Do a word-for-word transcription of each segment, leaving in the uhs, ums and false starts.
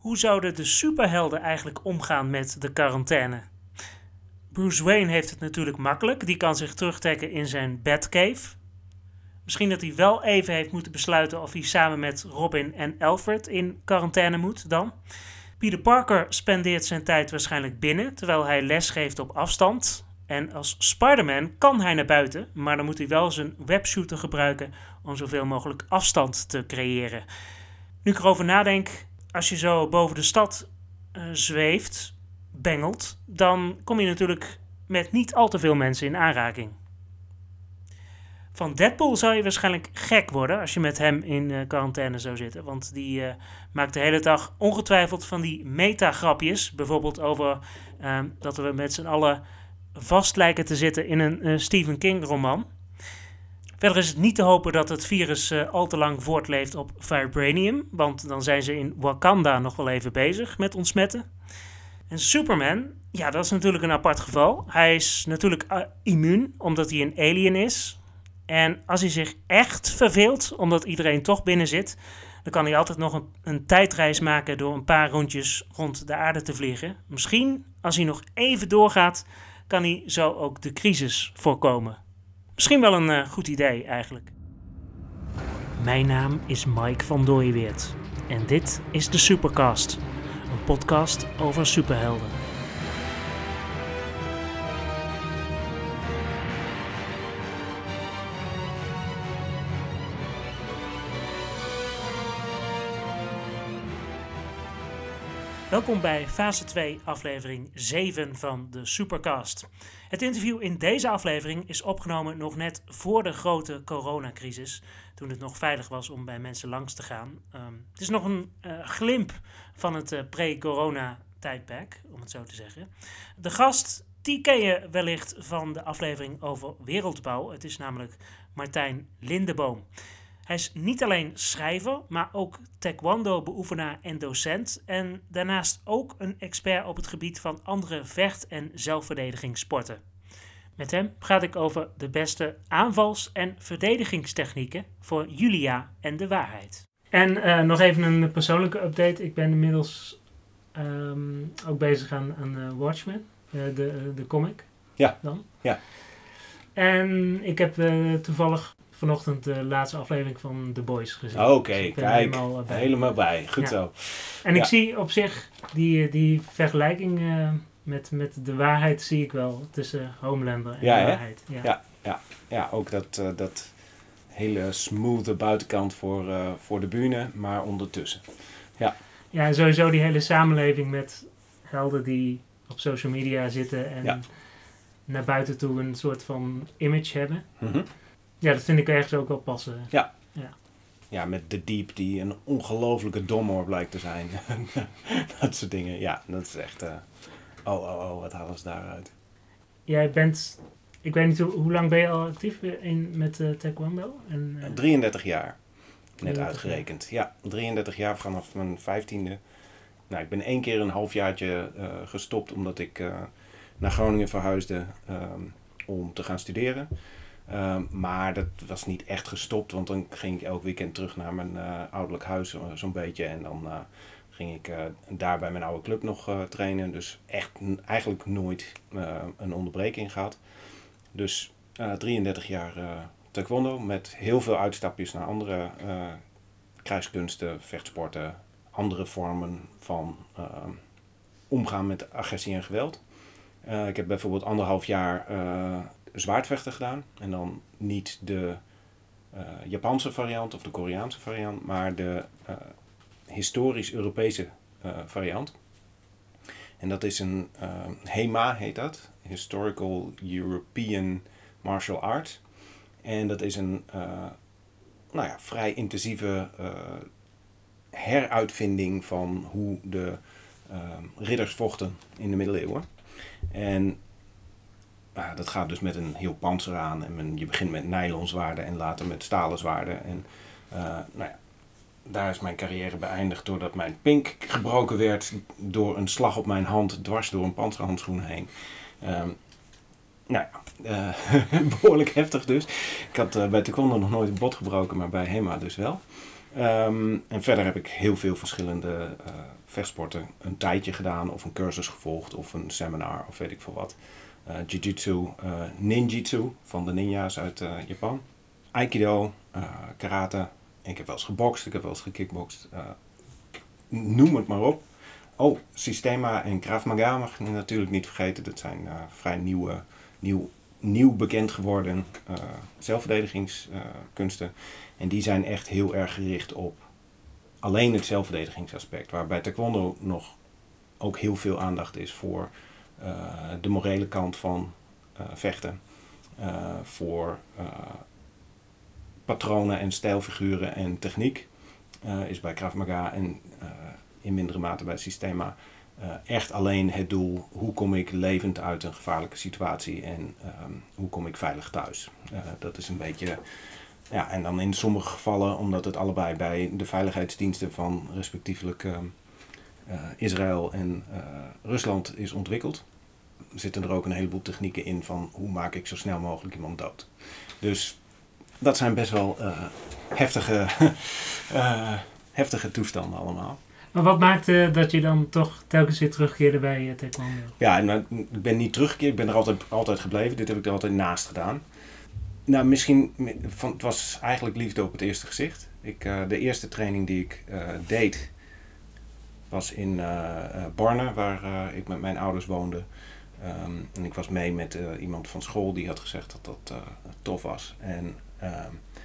Hoe zouden de superhelden eigenlijk omgaan met de quarantaine? Bruce Wayne heeft het natuurlijk makkelijk. Die kan zich terugtrekken in zijn Batcave. Misschien dat hij wel even heeft moeten besluiten of hij samen met Robin en Alfred in quarantaine moet dan. Peter Parker spendeert zijn tijd waarschijnlijk binnen, terwijl hij les geeft op afstand. En als Spider-Man kan hij naar buiten, maar dan moet hij wel zijn webshooter gebruiken om zoveel mogelijk afstand te creëren. Nu ik erover nadenk, als je zo boven de stad uh, zweeft, bengelt, dan kom je natuurlijk met niet al te veel mensen in aanraking. Van Deadpool zou je waarschijnlijk gek worden als je met hem in uh, quarantaine zou zitten. Want die uh, maakt de hele dag ongetwijfeld van die meta-grapjes. Bijvoorbeeld over uh, dat we met z'n allen vast lijken te zitten in een uh, Stephen King roman. Verder is het niet te hopen dat het virus uh, al te lang voortleeft op vibranium. Want dan zijn ze in Wakanda nog wel even bezig met ontsmetten. En Superman, ja, dat is natuurlijk een apart geval. Hij is natuurlijk uh, immuun omdat hij een alien is. En als hij zich echt verveelt, omdat iedereen toch binnen zit, dan kan hij altijd nog een, een tijdreis maken door een paar rondjes rond de aarde te vliegen. Misschien, als hij nog even doorgaat, kan hij zo ook de crisis voorkomen. Misschien wel een uh, goed idee eigenlijk. Mijn naam is Mike van Dooyeweert en dit is de Supercast, een podcast over superhelden. Welkom bij fase twee, aflevering zeven van de Supercast. Het interview in deze aflevering is opgenomen nog net voor de grote coronacrisis, toen het nog veilig was om bij mensen langs te gaan. Um, het is nog een uh, glimp van het uh, pre-corona-tijdperk, om het zo te zeggen. De gast, die ken je wellicht van de aflevering over wereldbouw. Het is namelijk Martijn Lindeboom. Hij is niet alleen schrijver, maar ook taekwondo-beoefenaar en docent. En daarnaast ook een expert op het gebied van andere vecht- en zelfverdedigingssporten. Met hem gaat ik over de beste aanvals- en verdedigingstechnieken voor Julia en de waarheid. En uh, nog even een persoonlijke update. Ik ben inmiddels um, ook bezig aan, aan uh, Watchmen, uh, de, uh, de comic. Ja. Dan. Ja. En ik heb uh, toevallig vanochtend de laatste aflevering van The Boys gezien. Oké, okay, dus kijk, helemaal bij. helemaal bij. Goed ja. Zo. En ja. ik zie op zich die, die vergelijking uh, met, met de waarheid zie ik wel tussen Homelander en ja, de waarheid. Ja, ja, ja. ja ook dat, uh, dat hele smoothe buitenkant voor, uh, voor de bühne, maar ondertussen. Ja. Ja, en sowieso die hele samenleving met helden die op social media zitten en ja. naar buiten toe een soort van image hebben. Mm-hmm. Ja, dat vind ik ergens ook wel passen. Ja. Ja, ja met de Diep die een ongelofelijke domhoor blijkt te zijn. Dat soort dingen. Ja, dat is echt... Uh, oh, oh, oh, wat halen ze daaruit. Jij bent... Ik weet niet, hoe, hoe lang ben je al actief in, met uh, taekwondo? En, uh, drieëndertig jaar. Net drieëndertig uitgerekend. Jaar. Ja, drieëndertig jaar vanaf mijn vijftiende. Nou, ik ben één keer een halfjaartje uh, gestopt omdat ik uh, naar Groningen verhuisde um, om te gaan studeren. Uh, maar dat was niet echt gestopt, want dan ging ik elk weekend terug naar mijn uh, ouderlijk huis, uh, zo'n beetje. En dan uh, ging ik uh, daar bij mijn oude club nog uh, trainen. Dus echt n- eigenlijk nooit uh, een onderbreking gehad. Dus uh, drieëndertig jaar uh, taekwondo met heel veel uitstapjes naar andere uh, krijgskunsten, vechtsporten, andere vormen van uh, omgaan met agressie en geweld. Uh, ik heb bijvoorbeeld anderhalf jaar uh, zwaardvechten gedaan. En dan niet de uh, Japanse variant of de Koreaanse variant, maar de uh, historisch-Europese uh, variant. En dat is een uh, HEMA heet dat. Historical European Martial Arts. En dat is een uh, nou ja, vrij intensieve uh, heruitvinding van hoe de uh, ridders vochten in de middeleeuwen. En nou, dat gaat dus met een heel pantser aan. En men, je begint met nylon zwaarden en later met stalen zwaarden. En uh, nou ja, daar is mijn carrière beëindigd doordat mijn pink gebroken werd door een slag op mijn hand dwars door een panzerhandschoen heen. Um, nou ja, uh, behoorlijk heftig dus. Ik had uh, bij taekwondo nog nooit een bot gebroken, maar bij HEMA dus wel. Um, en verder heb ik heel veel verschillende uh, vechtsporten een tijdje gedaan, of een cursus gevolgd, of een seminar, of weet ik veel wat. Uh, Jiu-jitsu, uh, ninjitsu van de ninja's uit uh, Japan. Aikido, uh, karate. Ik heb wel eens gebokst, ik heb wel eens gekickbokst. Uh, noem het maar op. Oh, Systema en Krav Maga mag je natuurlijk niet vergeten. Dat zijn uh, vrij nieuwe, nieuw, nieuw bekend geworden uh, zelfverdedigingskunsten. Uh, en die zijn echt heel erg gericht op alleen het zelfverdedigingsaspect. Waar bij taekwondo nog ook heel veel aandacht is voor uh, de morele kant van uh, vechten. Uh, voor uh, patronen en stijlfiguren en techniek. Uh, is bij Krav Maga en uh, in mindere mate bij Systema uh, echt alleen het doel: hoe kom ik levend uit een gevaarlijke situatie en um, hoe kom ik veilig thuis. Uh, dat is een beetje, ja, en dan in sommige gevallen, omdat het allebei bij de veiligheidsdiensten van respectievelijk uh, uh, Israël en uh, Rusland is ontwikkeld, zitten er ook een heleboel technieken in van hoe maak ik zo snel mogelijk iemand dood. Dus dat zijn best wel uh, heftige, uh, heftige toestanden allemaal. Maar wat maakte dat je dan toch telkens weer terugkeerde bij uh, taekwondo? Ja, nou, ik ben niet teruggekeerd. Ik ben er altijd, altijd gebleven. Dit heb ik er altijd naast gedaan. Nou, misschien, van, het was eigenlijk liefde op het eerste gezicht. Ik, uh, de eerste training die ik uh, deed was in uh, uh, Borne, waar uh, ik met mijn ouders woonde. Um, en ik was mee met uh, iemand van school die had gezegd dat dat uh, tof was. En uh,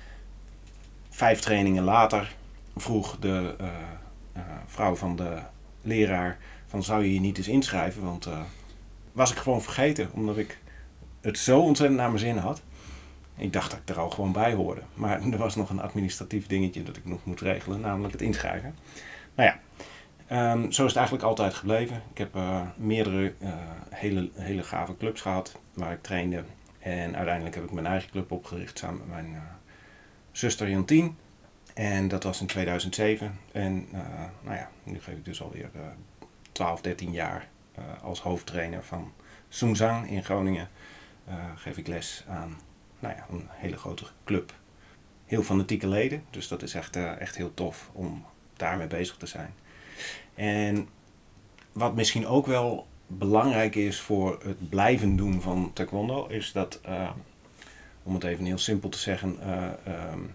vijf trainingen later vroeg de uh, uh, vrouw van de leraar van: zou je je niet eens inschrijven? Want uh, was ik gewoon vergeten, omdat ik het zo ontzettend naar mijn zin had. Ik dacht dat ik er al gewoon bij hoorde. Maar er was nog een administratief dingetje dat ik nog moet regelen, namelijk het inschrijven. Nou ja, um, zo is het eigenlijk altijd gebleven. Ik heb uh, meerdere uh, hele, hele gave clubs gehad waar ik trainde. En uiteindelijk heb ik mijn eigen club opgericht samen met mijn uh, zuster Jantien. En dat was in tweeduizend zeven. En uh, nou ja, nu geef ik dus alweer uh, twaalf, dertien jaar uh, als hoofdtrainer van Soenzang in Groningen. Uh, geef ik les aan nou ja, een hele grote club. Heel fanatieke leden, dus dat is echt, uh, echt heel tof om daarmee bezig te zijn. En wat misschien ook wel belangrijk is voor het blijven doen van taekwondo, is dat, uh, om het even heel simpel te zeggen, uh, um,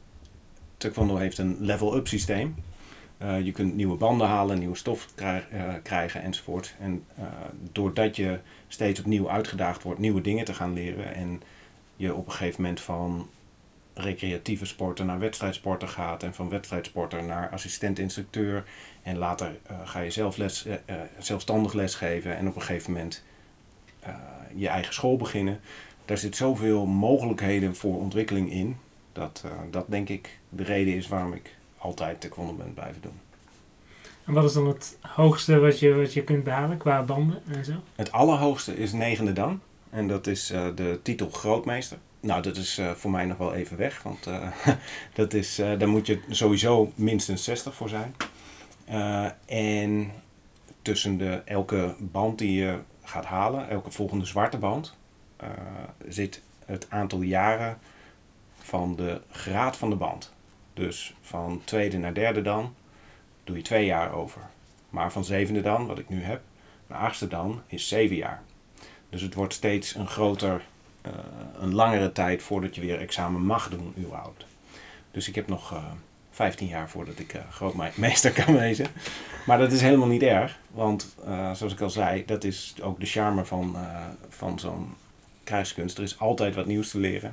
taekwondo heeft een level-up systeem. Uh, je kunt nieuwe banden halen, nieuwe stof krijg, uh, krijgen enzovoort. En uh, doordat je steeds opnieuw uitgedaagd wordt nieuwe dingen te gaan leren en je op een gegeven moment van recreatieve sporter naar wedstrijdsporter gaat en van wedstrijdsporter naar assistent-instructeur en later uh, ga je zelf les, uh, uh, zelfstandig lesgeven en op een gegeven moment uh, je eigen school beginnen. Daar zit zoveel mogelijkheden voor ontwikkeling in, dat uh, dat denk ik de reden is waarom ik altijd taekwondo ben blijven doen. En wat is dan het hoogste wat je, wat je kunt behalen qua banden en zo? Het allerhoogste is negende dan. En dat is uh, de titel grootmeester. Nou, dat is uh, voor mij nog wel even weg. Want uh, dat is, uh, daar moet je sowieso minstens zestig voor zijn. Uh, en tussen de, elke band die je gaat halen, elke volgende zwarte band, uh, zit het aantal jaren van de graad van de band. Dus van tweede naar derde dan doe je twee jaar over. Maar van zevende dan, wat ik nu heb, naar achtste dan is zeven jaar. Dus het wordt steeds een groter, uh, een langere tijd voordat je weer examen mag doen, überhaupt. Dus ik heb nog uh, vijftien jaar voordat ik uh, grootmeester kan wezen. Maar dat is helemaal niet erg, want uh, zoals ik al zei, dat is ook de charme van, uh, van zo'n krijgskunst. Er is altijd wat nieuws te leren.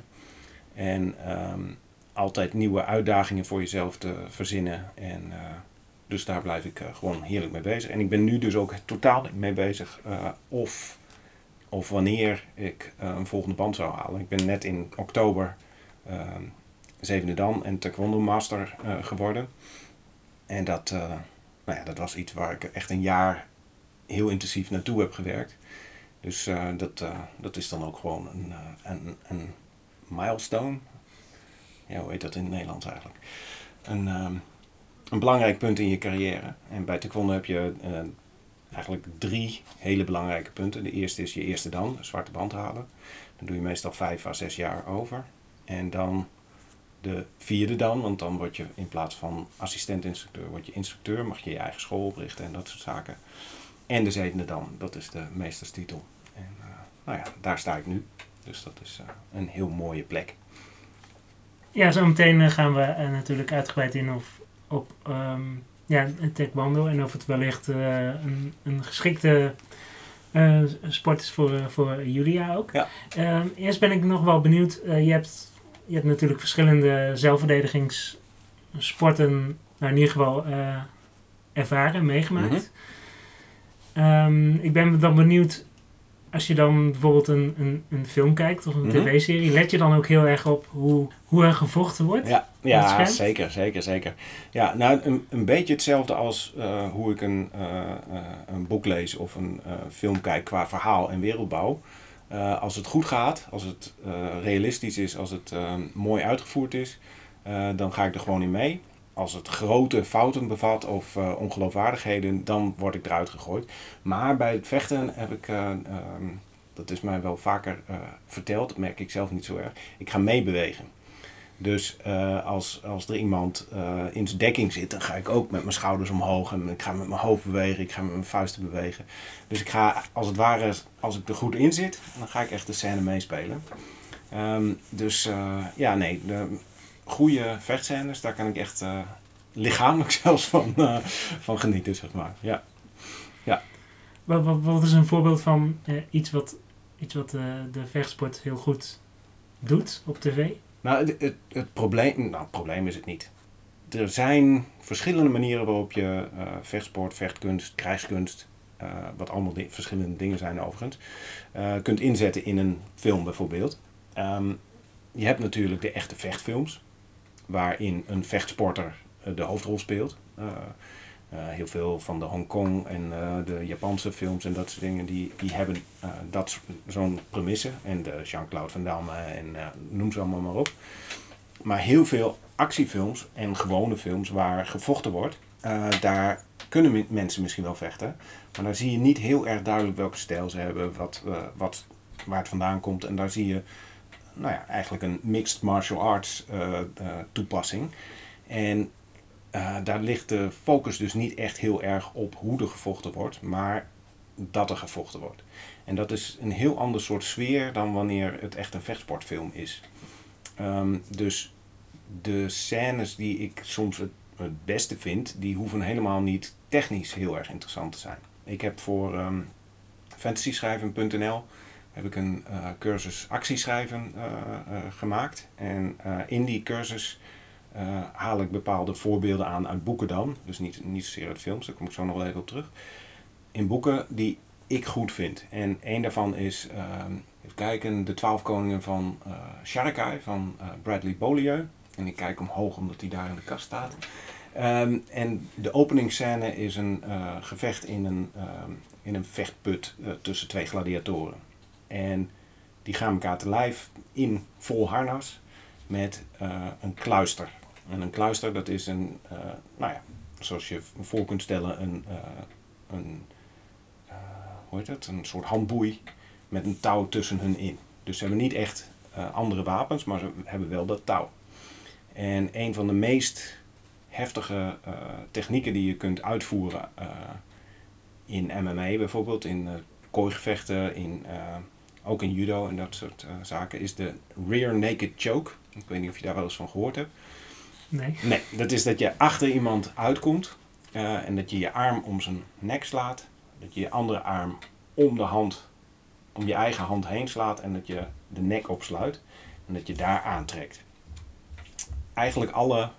En um, altijd nieuwe uitdagingen voor jezelf te verzinnen. En uh, dus daar blijf ik uh, gewoon heerlijk mee bezig. En ik ben nu dus ook totaal mee bezig uh, of, of wanneer ik uh, een volgende band zou halen. Ik ben net in oktober uh, zevende dan en taekwondo master uh, geworden. En dat, uh, nou ja, dat was iets waar ik echt een jaar heel intensief naartoe heb gewerkt. Dus uh, dat, uh, dat is dan ook gewoon een, uh, een, een milestone. Ja, hoe heet dat in het Nederlands eigenlijk? Een, um, een belangrijk punt in je carrière. En bij taekwondo heb je uh, eigenlijk drie hele belangrijke punten. De eerste is je eerste dan, de zwarte band halen. Dan doe je meestal vijf à zes jaar over. En dan De vierde dan, want dan word je in plaats van assistent-instructeur, word je instructeur, mag je je eigen school oprichten en dat soort zaken. En de zevende dan, dat is de meesterstitel. En uh, nou ja, daar sta ik nu. Dus dat is uh, een heel mooie plek. Ja, zo meteen uh, gaan we uh, natuurlijk uitgebreid in op, op um, ja, taekwondo en of het wellicht uh, een, een geschikte uh, sport is voor, uh, voor Julia ook. Ja. Uh, eerst ben ik nog wel benieuwd, uh, je, hebt, je hebt natuurlijk verschillende zelfverdedigingssporten, nou in ieder geval uh, ervaren, meegemaakt. Mm-hmm. Um, ik ben dan benieuwd, als je dan bijvoorbeeld een, een, een film kijkt of een mm-hmm. tv-serie, let je dan ook heel erg op hoe, hoe er gevochten wordt? Ja, ja zeker, zeker, zeker. Ja, nou, een, een beetje hetzelfde als uh, hoe ik een, uh, uh, een boek lees of een uh, film kijk qua verhaal en wereldbouw. Uh, als het goed gaat, als het uh, realistisch is, als het uh, mooi uitgevoerd is, uh, dan ga ik er gewoon in mee. Als het grote fouten bevat of uh, ongeloofwaardigheden, dan word ik eruit gegooid. Maar bij het vechten heb ik, uh, um, dat is mij wel vaker uh, verteld, dat merk ik zelf niet zo erg, ik ga meebewegen. Dus uh, als, als er iemand uh, in zijn dekking zit, dan ga ik ook met mijn schouders omhoog en ik ga met mijn hoofd bewegen, ik ga met mijn vuisten bewegen. Dus ik ga, als het ware, als ik er goed in zit, dan ga ik echt de scène meespelen. Um, dus uh, ja, nee, de goede vechtscènes, daar kan ik echt uh, lichamelijk zelfs van, uh, van genieten, zeg maar. Ja. Ja. Wat, wat, wat is een voorbeeld van uh, iets wat, iets wat uh, de vechtsport heel goed doet op tv? Nou, het, het, het probleem, nou, het probleem is het niet. Er zijn verschillende manieren waarop je uh, vechtsport, vechtkunst, krijgskunst, uh, wat allemaal di- verschillende dingen zijn overigens, uh, kunt inzetten in een film bijvoorbeeld. Um, je hebt natuurlijk de echte vechtfilms, waarin een vechtsporter uh, de hoofdrol speelt. Uh, uh, heel veel van de Hongkong en uh, de Japanse films en dat soort dingen, die, die hebben uh, dat, zo'n premisse. En de Jean-Claude Van Damme en uh, noem ze allemaal maar op. Maar heel veel actiefilms en gewone films waar gevochten wordt, uh, daar kunnen m- mensen misschien wel vechten. Maar daar zie je niet heel erg duidelijk welke stijl ze hebben, wat, uh, wat, waar het vandaan komt. En daar zie je nou ja, eigenlijk een mixed martial arts uh, uh, toepassing. En uh, daar ligt de focus dus niet echt heel erg op hoe er gevochten wordt, maar dat er gevochten wordt. En dat is een heel ander soort sfeer dan wanneer het echt een vechtsportfilm is. Um, dus de scènes die ik soms het, het beste vind, die hoeven helemaal niet technisch heel erg interessant te zijn. Ik heb voor um, fantasyschrijven punt n l heb ik een uh, cursus actieschrijven uh, uh, gemaakt. En uh, in die cursus uh, haal ik bepaalde voorbeelden aan uit boeken dan. Dus niet, niet zozeer uit films, daar kom ik zo nog wel even op terug. In boeken die ik goed vind. En één daarvan is, uh, even kijken, De Twaalf Koningen van uh, Sharkai van uh, Bradley Beaulieu. En ik kijk omhoog omdat hij daar in de kast staat. Um, en de openingsscène is een uh, gevecht in een, uh, in een vechtput uh, tussen twee gladiatoren. En die gaan elkaar te lijf in vol harnas met uh, een kluister. En een kluister, dat is een, uh, nou ja, zoals je voor kunt stellen, een, uh, een, uh, hoe heet het? Een soort handboei met een touw tussen hun in. Dus ze hebben niet echt uh, andere wapens, maar ze hebben wel dat touw. En een van de meest heftige uh, technieken die je kunt uitvoeren uh, in M M A bijvoorbeeld, in uh, kooigevechten, in, uh, ook in judo en dat soort uh, zaken, is de rear naked choke. Ik weet niet of je daar wel eens van gehoord hebt. Nee. Nee, dat is dat je achter iemand uitkomt uh, en dat je je arm om zijn nek slaat, dat je je andere arm om de hand, om je eigen hand heen slaat en dat je de nek opsluit en dat je daar aantrekt. Eigenlijk alle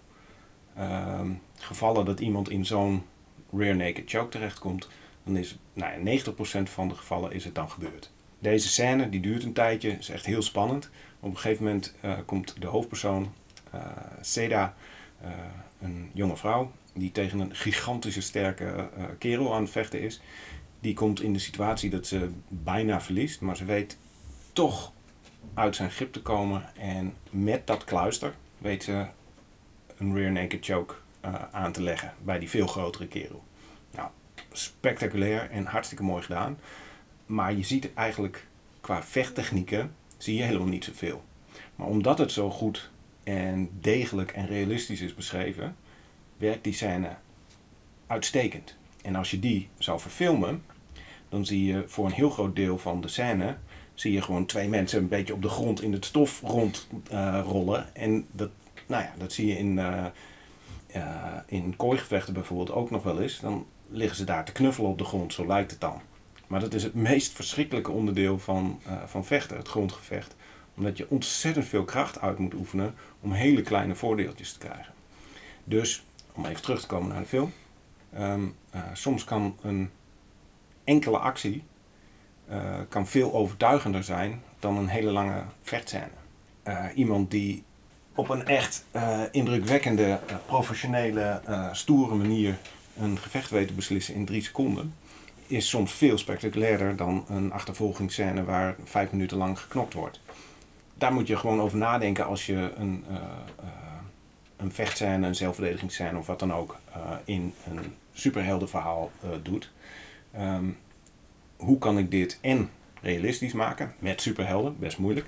uh, gevallen dat iemand in zo'n rear naked choke terechtkomt, dan is nou ja, negentig procent van de gevallen is het dan gebeurd. Deze scène die duurt een tijdje, is echt heel spannend. Op een gegeven moment uh, komt de hoofdpersoon, uh, Seda, uh, een jonge vrouw, die tegen een gigantische sterke uh, kerel aan het vechten is. Die komt in de situatie dat ze bijna verliest, maar ze weet toch uit zijn grip te komen. En met dat kluister weet ze een rear naked choke uh, aan te leggen bij die veel grotere kerel. Nou, spectaculair en hartstikke mooi gedaan. Maar je ziet eigenlijk qua vechttechnieken zie je helemaal niet zoveel. Maar omdat het zo goed en degelijk en realistisch is beschreven, werkt die scène uitstekend. En als je die zou verfilmen, dan zie je voor een heel groot deel van de scène, zie je gewoon twee mensen een beetje op de grond in het stof rondrollen. Uh, en dat, nou ja, dat zie je in, uh, uh, in kooigevechten bijvoorbeeld ook nog wel eens. Dan liggen ze daar te knuffelen op de grond, zo lijkt het dan. Maar dat is het meest verschrikkelijke onderdeel van, uh, van vechten, het grondgevecht. Omdat je ontzettend veel kracht uit moet oefenen om hele kleine voordeeltjes te krijgen. Dus, om even terug te komen naar de film. Um, uh, soms kan een enkele actie uh, kan veel overtuigender zijn dan een hele lange vechtscène. Uh, iemand die op een echt uh, indrukwekkende, uh, professionele, uh, stoere manier een gevecht weet te beslissen in drie seconden, is soms veel spectaculairder dan een achtervolgingsscène waar vijf minuten lang geknokt wordt. Daar moet je gewoon over nadenken als je een, uh, uh, een vechtscène, een zelfverdedigingsscène of wat dan ook uh, in een superheldenverhaal uh, doet. Um, hoe kan ik dit en realistisch maken met superhelden, best moeilijk.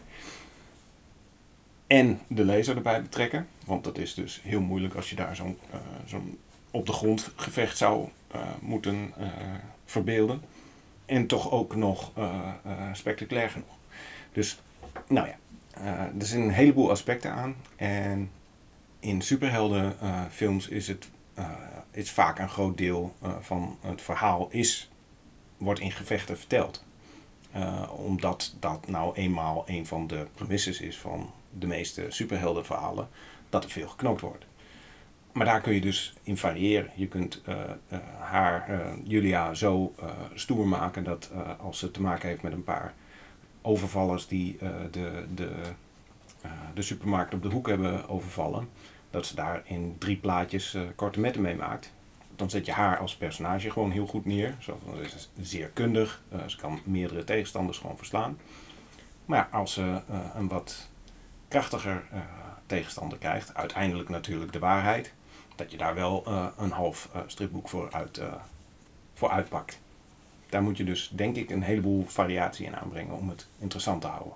En de lezer erbij betrekken, want dat is dus heel moeilijk als je daar zo'n, uh, zo'n op de grond gevecht zou uh, moeten uh, verbeelden. En toch ook nog uh, uh, spectaculair genoeg. Dus, nou ja, uh, er zijn een heleboel aspecten aan. En in superheldenfilms uh, is het uh, is vaak een groot deel uh, van het verhaal is, wordt in gevechten verteld. Uh, omdat dat nou eenmaal een van de premisses is van de meeste superheldenverhalen, dat er veel geknokt wordt. Maar daar kun je dus in variëren. Je kunt uh, uh, haar, uh, Julia, zo uh, stoer maken dat uh, als ze te maken heeft met een paar overvallers die uh, de, de, uh, de supermarkt op de hoek hebben overvallen, dat ze daar in drie plaatjes uh, korte metten mee maakt. Dan zet je haar als personage gewoon heel goed neer. Zo, ze is zeer kundig. Uh, ze kan meerdere tegenstanders gewoon verslaan. Maar ja, als ze uh, een wat krachtiger uh, tegenstander krijgt, uiteindelijk natuurlijk de waarheid, dat je daar wel uh, een half uh, stripboek voor, uit, uh, voor uitpakt. Daar moet je dus, denk ik, een heleboel variatie in aanbrengen om het interessant te houden.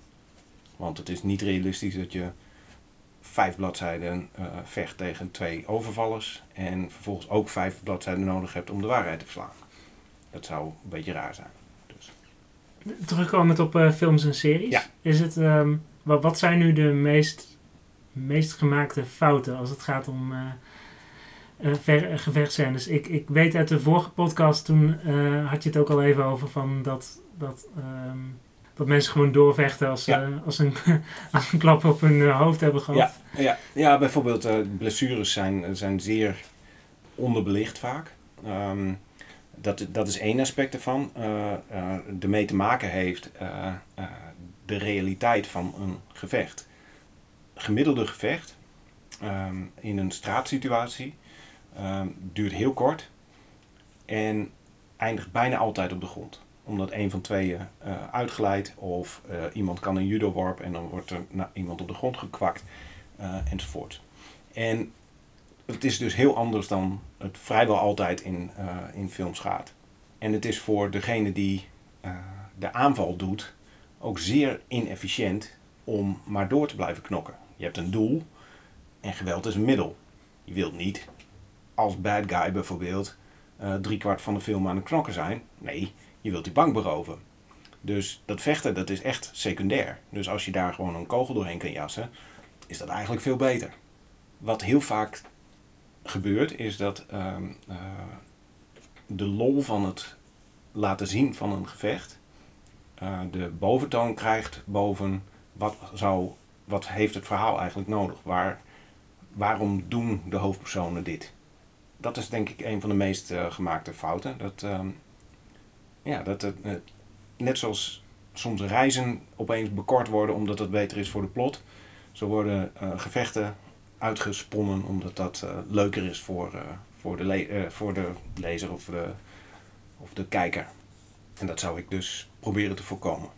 Want het is niet realistisch dat je vijf bladzijden uh, vecht tegen twee overvallers en vervolgens ook vijf bladzijden nodig hebt om de waarheid te verslaan. Dat zou een beetje raar zijn. Dus. Terugkomend op uh, films en series. Ja. Is het, um, wat, wat zijn nu de meest, meest gemaakte fouten als het gaat om uh, uh, ver, uh, gevechtscènes? Ik, ik weet uit de vorige podcast, toen uh, had je het ook al even over van dat, dat, um, dat mensen gewoon doorvechten als, ja. uh, als, een, als een klap op hun uh, hoofd hebben gehad. Ja, ja. ja bijvoorbeeld uh, blessures zijn, zijn zeer onderbelicht vaak. Um, dat, dat is één aspect ervan. Uh, uh, ermee te maken heeft uh, uh, de realiteit van een gevecht. Gemiddelde gevecht um, in een straatsituatie um, duurt heel kort en eindigt bijna altijd op de grond. Omdat een van tweeën uh, uitglijdt of uh, iemand kan een judo-worp en dan wordt er nou, iemand op de grond gekwakt uh, enzovoort. En het is dus heel anders dan het vrijwel altijd in, uh, in films gaat. En het is voor degene die uh, de aanval doet ook zeer inefficiënt om maar door te blijven knokken. Je hebt een doel en geweld is een middel. Je wilt niet als bad guy bijvoorbeeld uh, driekwart van de film aan het knokken zijn. Nee, je wilt die bank beroven. Dus dat vechten, dat is echt secundair. Dus als je daar gewoon een kogel doorheen kan jassen, is dat eigenlijk veel beter. Wat heel vaak gebeurt, is dat uh, uh, de lol van het laten zien van een gevecht uh, de boventoon krijgt boven wat, zou, wat heeft het verhaal eigenlijk nodig. Waar, waarom doen de hoofdpersonen dit? Dat is denk ik een van de meest uh, gemaakte fouten. Dat, uh, ja, dat het, uh, net zoals soms reizen opeens bekort worden omdat het beter is voor de plot, zo worden uh, gevechten uitgesponnen omdat dat uh, leuker is voor, uh, voor, de le- uh, voor de lezer of de, of de kijker. En dat zou ik dus proberen te voorkomen.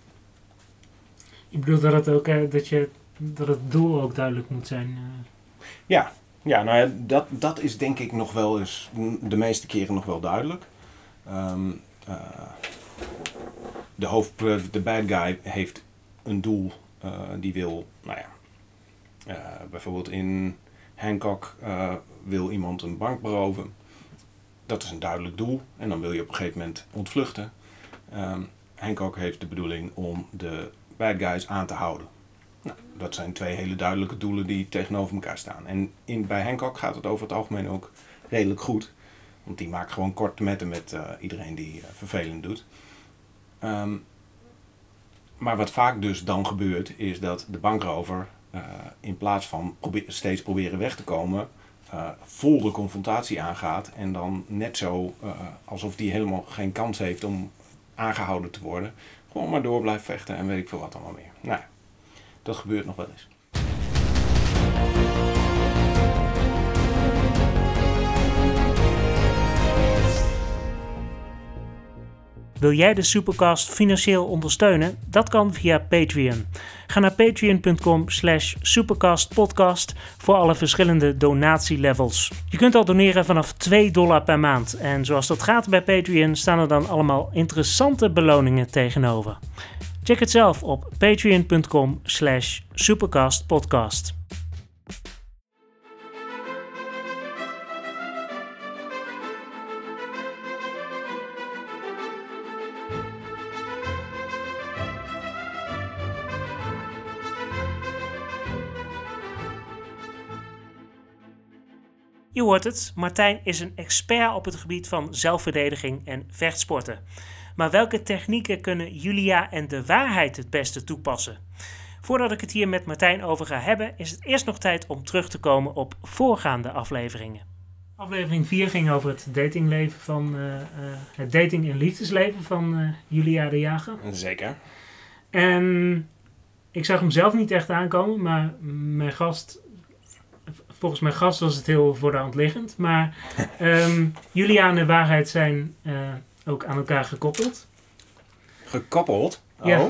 Ik bedoel dat het ook uh, dat, je, dat het doel ook duidelijk moet zijn. Uh. Ja, ja, nou ja, dat, dat is denk ik nog wel eens de meeste keren nog wel duidelijk. Um, uh, de hoofd, de bad guy heeft een doel, uh, die wil, nou ja, Uh, bijvoorbeeld in Hancock uh, wil iemand een bank beroven. Dat is een duidelijk doel. En dan wil je op een gegeven moment ontvluchten. Um, Hancock heeft de bedoeling om de bad guys aan te houden. Nou, dat zijn twee hele duidelijke doelen die tegenover elkaar staan. En in, bij Hancock gaat het over het algemeen ook redelijk goed. Want die maakt gewoon korte metten met uh, iedereen die uh, vervelend doet. Um, maar wat vaak dus dan gebeurt, is dat de bankrover uh, in plaats van probe- steeds proberen weg te komen, uh, vol de confrontatie aangaat. En dan net zo uh, alsof die helemaal geen kans heeft om aangehouden te worden. Gewoon maar door blijft vechten en weet ik veel wat allemaal meer. Nou ja, dat gebeurt nog wel eens. Wil jij de Supercast financieel ondersteunen? Dat kan via Patreon. Ga naar patreon.com slash supercastpodcast voor alle verschillende donatielevels. Je kunt al doneren vanaf twee dollar per maand. En zoals dat gaat bij Patreon staan er dan allemaal interessante beloningen tegenover. Check het zelf op patreon.com slash supercastpodcast. Je hoort het, Martijn is een expert op het gebied van zelfverdediging en vechtsporten. Maar welke technieken kunnen Julia en de waarheid het beste toepassen? Voordat ik het hier met Martijn over ga hebben, is het eerst nog tijd om terug te komen op voorgaande afleveringen. Aflevering vier ging over het datingleven van, uh, uh, het dating- en liefdesleven van uh, Julia de Jager. Zeker. En ik zag hem zelf niet echt aankomen, maar mijn gast... Volgens mijn gast was het heel voor de hand liggend. Maar um, Julia en de waarheid zijn uh, ook aan elkaar gekoppeld. Gekoppeld? Oh. Ja.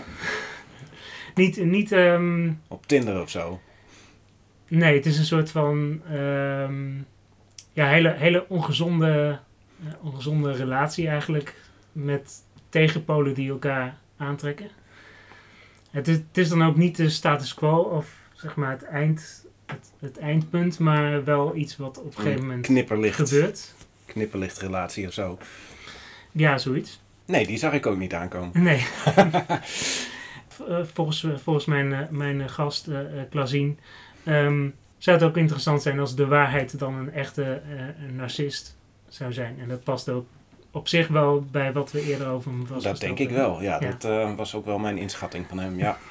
niet, niet, um, Op Tinder of zo? Nee, het is een soort van um, ja, hele, hele ongezonde, uh, ongezonde relatie eigenlijk. Met tegenpolen die elkaar aantrekken. Het is, het is dan ook niet de status quo of zeg maar het eind... Het, het eindpunt, maar wel iets wat op een gegeven moment knipperlicht, gebeurt. Knipperlichtrelatie of zo. Ja, zoiets. Nee, die zag ik ook niet aankomen. Nee. volgens, volgens mijn, mijn gast, uh, Klazien, um, zou het ook interessant zijn als de waarheid dan een echte uh, een narcist zou zijn. En dat past ook op zich wel bij wat we eerder over hem was. Dat denk ik wel, ja. ja. Dat uh, was ook wel mijn inschatting van hem, ja.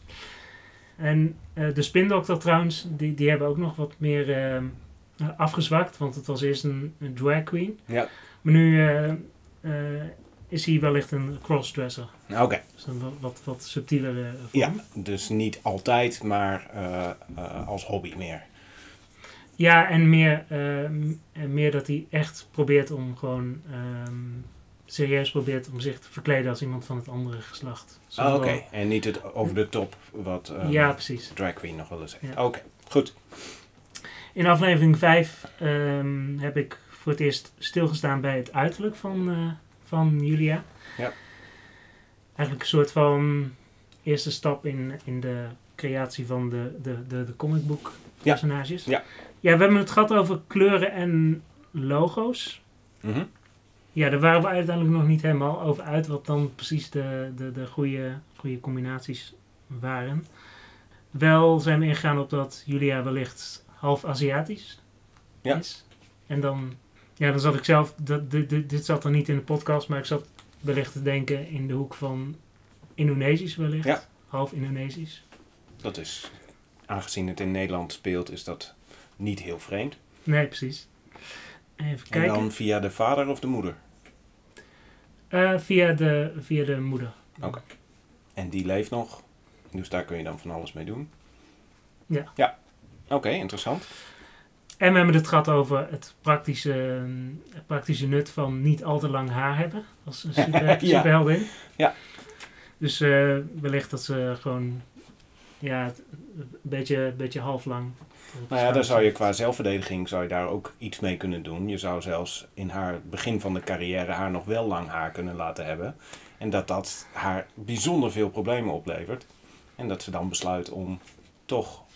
En uh, de Spindokter trouwens, die, die hebben ook nog wat meer uh, afgezwakt. Want het was eerst een, een drag queen. Ja. Maar nu uh, uh, is hij wellicht een crossdresser. Oké. Okay. Dus een wat, wat, wat subtielere vorm. Ja, dus niet altijd, maar uh, uh, als hobby meer. Ja, en meer, uh, meer dat hij echt probeert om gewoon... Um, serieus probeert om zich te verkleden als iemand van het andere geslacht. Ah, oké. Okay. En niet het over de top wat um, ja, precies. drag queen nog wel eens heeft. Ja. Oké, okay. Goed. In aflevering vijf um, heb ik voor het eerst stilgestaan bij het uiterlijk van, uh, van Julia. Ja. Eigenlijk een soort van eerste stap in, in de creatie van de, de, de, de comicbook personages. Ja. Ja. Ja, we hebben het gehad over kleuren en logo's. Mm-hmm. Ja, daar waren we uiteindelijk nog niet helemaal over uit wat dan precies de, de, de goede, goede combinaties waren. Wel zijn we ingegaan op dat Julia wellicht half Aziatisch ja. is. En dan, ja, dan zat ik zelf, dat, dit, dit, dit zat er niet in de podcast, maar ik zat wellicht te denken in de hoek van Indonesisch wellicht. Ja. Half Indonesisch. Dat is, aangezien het in Nederland speelt, is dat niet heel vreemd. Nee, precies. Even kijken. En dan via de vader of de moeder? Uh, via, de, via de moeder. Oké. Okay. En die leeft nog, dus daar kun je dan van alles mee doen? Ja. Ja. Oké, okay, interessant. En we hebben het gehad over het praktische, het praktische nut van niet al te lang haar hebben. Als een super, ja. superheldin. Ja. Dus uh, wellicht dat ze gewoon ja, een beetje, beetje half lang. Nou ja, daar zou je qua zelfverdediging zou je daar ook iets mee kunnen doen. Je zou zelfs in haar begin van de carrière haar nog wel lang haar kunnen laten hebben. En dat dat haar bijzonder veel problemen oplevert. En dat ze dan besluit om toch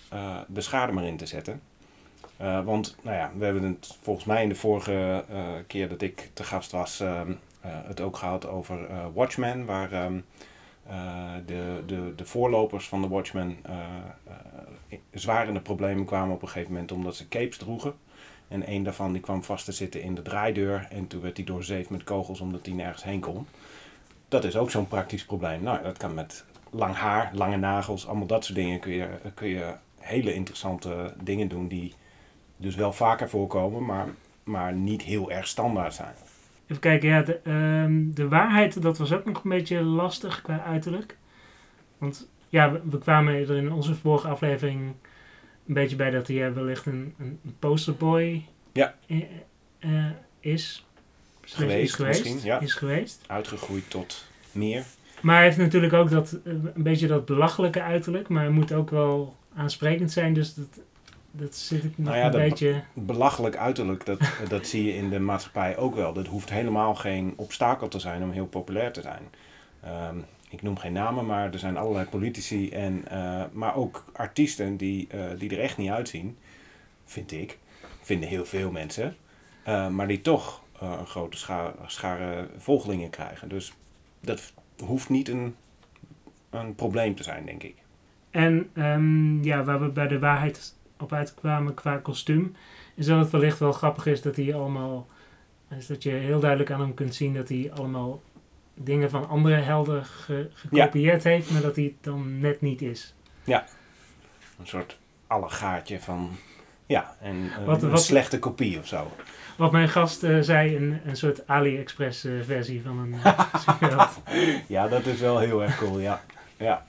uh, de schade maar in te zetten. Uh, want nou ja, we hebben het volgens mij in de vorige uh, keer dat ik te gast was... Uh, uh, het ook gehad over uh, Watchmen, waar um, uh, de, de, de voorlopers van de Watchmen uh, uh, zwaar in de problemen kwamen op een gegeven moment omdat ze capes droegen. En een daarvan die kwam vast te zitten in de draaideur en toen werd hij doorzeefd met kogels omdat hij nergens heen kon. Dat is ook zo'n praktisch probleem. Nou, dat kan met lang haar, lange nagels, allemaal dat soort dingen kun je, kun je hele interessante dingen doen die dus wel vaker voorkomen, maar, maar niet heel erg standaard zijn. Even kijken, ja, de, um, de waarheid, dat was ook nog een beetje lastig qua uiterlijk. Want ja, we, we kwamen er in onze vorige aflevering een beetje bij dat hij wellicht een, een posterboy ja. i- uh, is. Geweest, is geweest, misschien, ja. is geweest. Uitgegroeid tot meer. Maar hij heeft natuurlijk ook dat, een beetje dat belachelijke uiterlijk, maar hij moet ook wel aansprekend zijn, dus dat... Dat zit ik nog nou ja, een dat beetje... be- belachelijk uiterlijk, dat, dat zie je in de maatschappij ook wel. Dat hoeft helemaal geen obstakel te zijn om heel populair te zijn. Um, ik noem geen namen, maar er zijn allerlei politici, en, uh, maar ook artiesten die, uh, die er echt niet uitzien, vind ik. Vinden heel veel mensen. Uh, maar die toch uh, een grote scha- schare volgelingen krijgen. Dus dat hoeft niet een, een probleem te zijn, denk ik. En um, ja, waar we bij de waarheid op uitkwamen qua kostuum, is dat het wellicht wel grappig is dat hij allemaal, is dat je heel duidelijk aan hem kunt zien dat hij allemaal dingen van andere helden ge, gekopieerd ja. heeft, maar dat hij het dan net niet is. Ja, een soort allegaatje van, ja, en uh, wat, een wat, slechte kopie of zo. Wat mijn gast uh, zei, een, een soort AliExpress uh, versie van een uh, superheld. Ja, dat is wel heel erg cool, ja. Ja.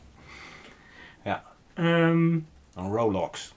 Ja. Um, een Rolex.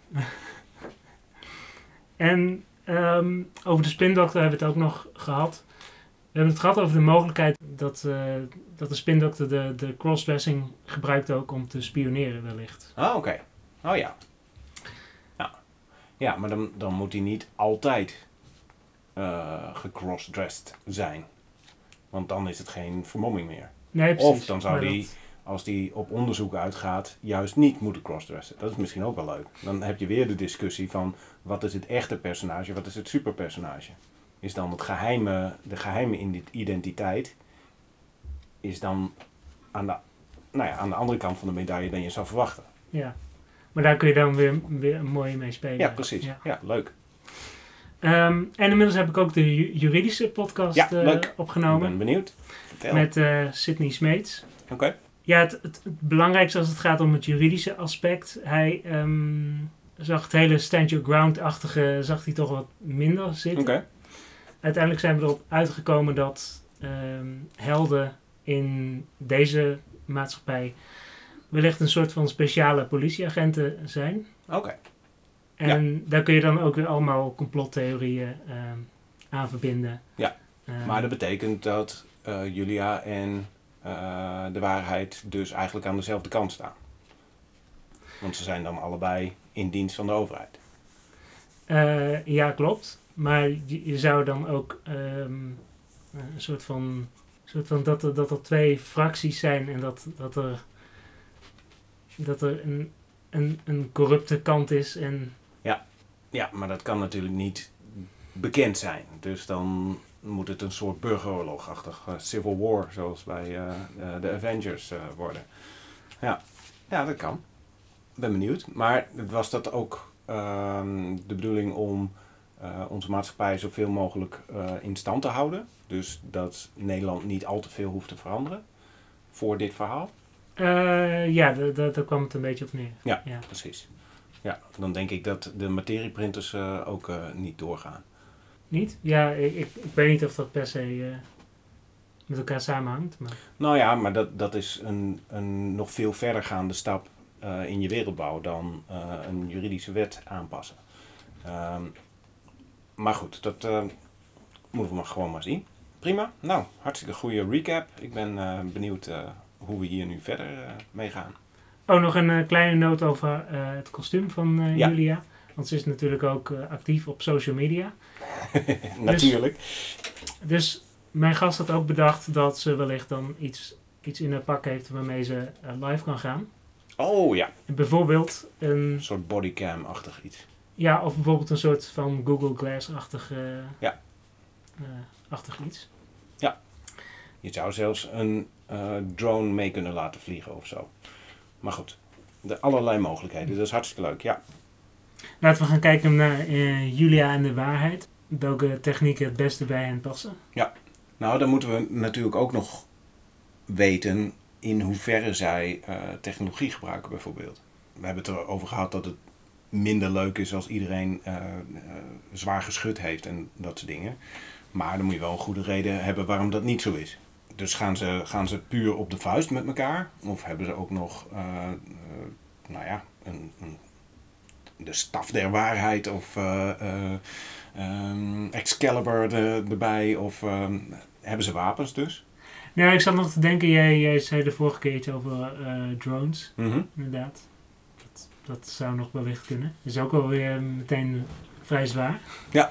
En um, over de spindokter hebben we het ook nog gehad. We hebben het gehad over de mogelijkheid dat, uh, dat de spindokter de, de crossdressing gebruikt ook om te spioneren wellicht. Ah, oké. Okay. Oh ja. Ja, ja maar dan, dan moet hij niet altijd uh, gecrossdressed zijn. Want dan is het geen vermomming meer. Nee, precies. Of dan zou hij, dat... als hij op onderzoek uitgaat, juist niet moeten crossdressen. Dat is misschien ook wel leuk. Dan heb je weer de discussie van wat is het echte personage, wat is het superpersonage. Is dan het geheime, de geheime identiteit, is dan aan de, nou ja, aan de andere kant van de medaille dan je zou verwachten. Ja, maar daar kun je dan weer, weer mooi mee spelen. Ja, precies. Ja, ja leuk. Um, en inmiddels heb ik ook de ju- juridische podcast ja, uh, opgenomen. Ik ben benieuwd. Vertel. Met uh, Sydney Smeets. Oké. Okay. Ja, het, het, het belangrijkste als het gaat om het juridische aspect. Hij um, zag het hele stand your ground-achtige zag hij toch wat minder zitten. Oké. Okay. Uiteindelijk zijn we erop uitgekomen dat um, helden in deze maatschappij wellicht een soort van speciale politieagenten zijn. Oké. Okay. En ja. daar kun je dan ook weer allemaal complottheorieën um, aan verbinden. Ja, um, maar dat betekent dat uh, Julia en uh, de waarheid dus eigenlijk aan dezelfde kant staan. Want ze zijn dan allebei in dienst van de overheid. Uh, ja, klopt. Maar je, je zou dan ook um, een soort van, soort van dat, er, dat er twee fracties zijn en dat, dat er, dat er een, een, een corrupte kant is. En ja. ja, maar dat kan natuurlijk niet bekend zijn. Dus dan moet het een soort burgeroorlogachtig uh, civil war, zoals bij uh, uh, de Avengers uh, worden. Ja. ja, dat kan. Ik ben benieuwd. Maar was dat ook uh, de bedoeling om uh, onze maatschappij zoveel mogelijk uh, in stand te houden? Dus dat Nederland niet al te veel hoeft te veranderen voor dit verhaal? Uh, ja, daar kwam het een beetje op neer. Ja, ja. precies. Ja, dan denk ik dat de materieprinters uh, ook uh, niet doorgaan. Niet? Ja, ik, ik, ik weet niet of dat per se uh, met elkaar samenhangt. Maar... Nou ja, maar dat, dat is een, een nog veel verdergaande stap uh, in je wereldbouw dan uh, een juridische wet aanpassen. Um, maar goed, dat uh, moeten we maar gewoon maar zien. Prima. Nou, hartstikke goede recap. Ik ben uh, benieuwd uh, hoe we hier nu verder uh, mee gaan. Oh, nog een uh, kleine noot over uh, het kostuum van uh, ja. Julia. Want ze is natuurlijk ook uh, actief op social media. Natuurlijk. Dus, dus mijn gast had ook bedacht dat ze wellicht dan iets, iets in haar pak heeft waarmee ze uh, live kan gaan. Oh ja. Bijvoorbeeld een... Een soort bodycam-achtig iets. Ja, of bijvoorbeeld een soort van Google Glass-achtig uh, ja. uh, achtig iets. Ja. Je zou zelfs een uh, drone mee kunnen laten vliegen of zo. Maar goed, de allerlei mogelijkheden. Dat is hartstikke leuk, ja. Laten we gaan kijken naar uh, Julia en de waarheid. Welke technieken het beste bij hen passen? Ja, nou dan moeten we natuurlijk ook nog weten in hoeverre zij uh, technologie gebruiken bijvoorbeeld. We hebben het erover gehad dat het minder leuk is als iedereen uh, uh, zwaar geschud heeft en dat soort dingen. Maar dan moet je wel een goede reden hebben waarom dat niet zo is. Dus gaan ze, gaan ze puur op de vuist met elkaar? Of hebben ze ook nog uh, uh, nou ja, een, een, de staf der waarheid of uh, uh, um, Excalibur de, erbij? Of uh, hebben ze wapens dus? Ja, ik zat nog te denken, jij, jij zei de vorige keer iets over uh, drones, Mm-hmm. inderdaad. Dat, dat zou nog wellicht kunnen. Is ook wel weer meteen vrij zwaar. Ja,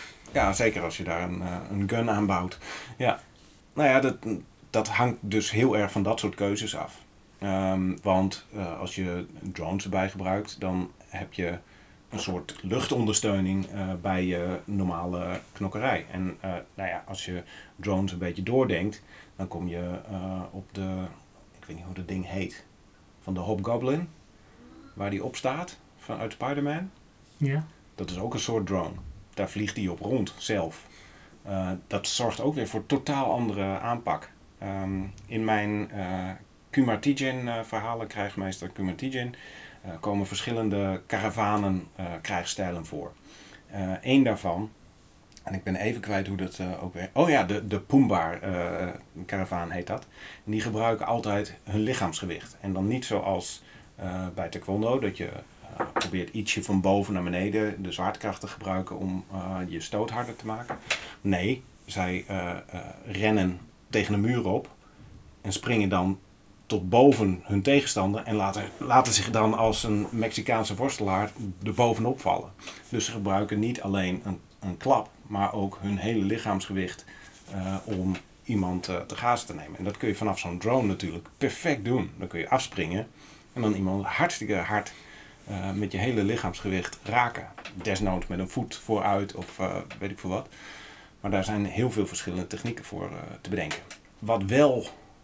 ja zeker als je daar een, uh, een gun aan bouwt. Ja. Nou ja, dat, dat hangt dus heel erg van dat soort keuzes af. Um, want uh, als je drones erbij gebruikt, dan heb je een soort luchtondersteuning uh, bij je normale knokkerij. En uh, nou ja, als je drones een beetje doordenkt, dan kom je uh, op de, ik weet niet hoe dat ding heet, van de Hobgoblin, waar die op staat, vanuit Spider-Man. Ja. Dat is ook een soort drone. Daar vliegt die op rond, zelf. Uh, dat zorgt ook weer voor totaal andere aanpak. Um, in mijn uh, Kumartigen uh, verhalen, krijgsmeester Kumartigen, uh, komen verschillende karavanen uh, krijgsstijlen voor. Eén uh, daarvan, en ik ben even kwijt hoe dat uh, ook weer... Oh ja, de, de Pumbaa uh, karavaan heet dat. En die gebruiken altijd hun lichaamsgewicht. En dan niet zoals uh, bij taekwondo, dat je uh, probeert ietsje van boven naar beneden de zwaartekracht te gebruiken om uh, je stoot harder te maken. Nee, zij uh, uh, rennen tegen de muur op en springen dan tot boven hun tegenstander en laten, laten zich dan als een Mexicaanse worstelaar er bovenop vallen. Dus ze gebruiken niet alleen een, een klap, maar ook hun hele lichaamsgewicht uh, om iemand uh, te gazen te nemen. En dat kun je vanaf zo'n drone natuurlijk perfect doen. Dan kun je afspringen en dan iemand hartstikke hard uh, met je hele lichaamsgewicht raken. Desnoods met een voet vooruit of uh, weet ik veel wat. Maar daar zijn heel veel verschillende technieken voor uh, te bedenken. Wat wel,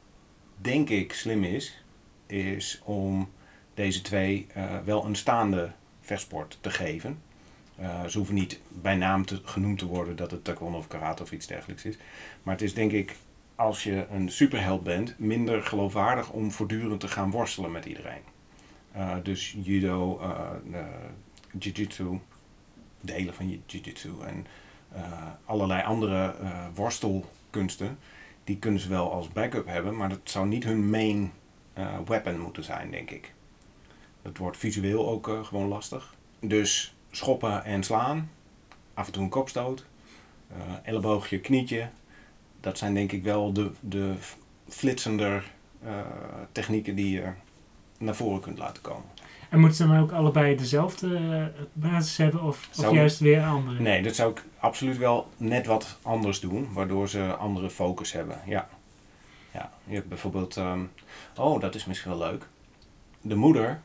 denk ik, slim is, is om deze twee uh, wel een staande vechtsport te geven. Uh, ze hoeven niet bij naam te, genoemd te worden dat het taekwondo of karate of iets dergelijks is. Maar het is denk ik, als je een superheld bent, minder geloofwaardig om voortdurend te gaan worstelen met iedereen. Uh, dus judo, uh, uh, jiu-jitsu, delen van jiu-jitsu en uh, allerlei andere uh, worstelkunsten, die kunnen ze wel als backup hebben, maar dat zou niet hun main uh, weapon moeten zijn, denk ik. Dat wordt visueel ook uh, gewoon lastig. Dus schoppen en slaan, af en toe een kopstoot, uh, elleboogje, knietje, dat zijn denk ik wel de, de flitsender uh, technieken die je naar voren kunt laten komen. En moeten ze dan ook allebei dezelfde uh, basis hebben of, of Zou, juist weer andere? Nee, dat zou ik absoluut wel net wat anders doen, waardoor ze andere focus hebben. Ja, ja je hebt bijvoorbeeld, um, oh dat is misschien wel leuk, de moeder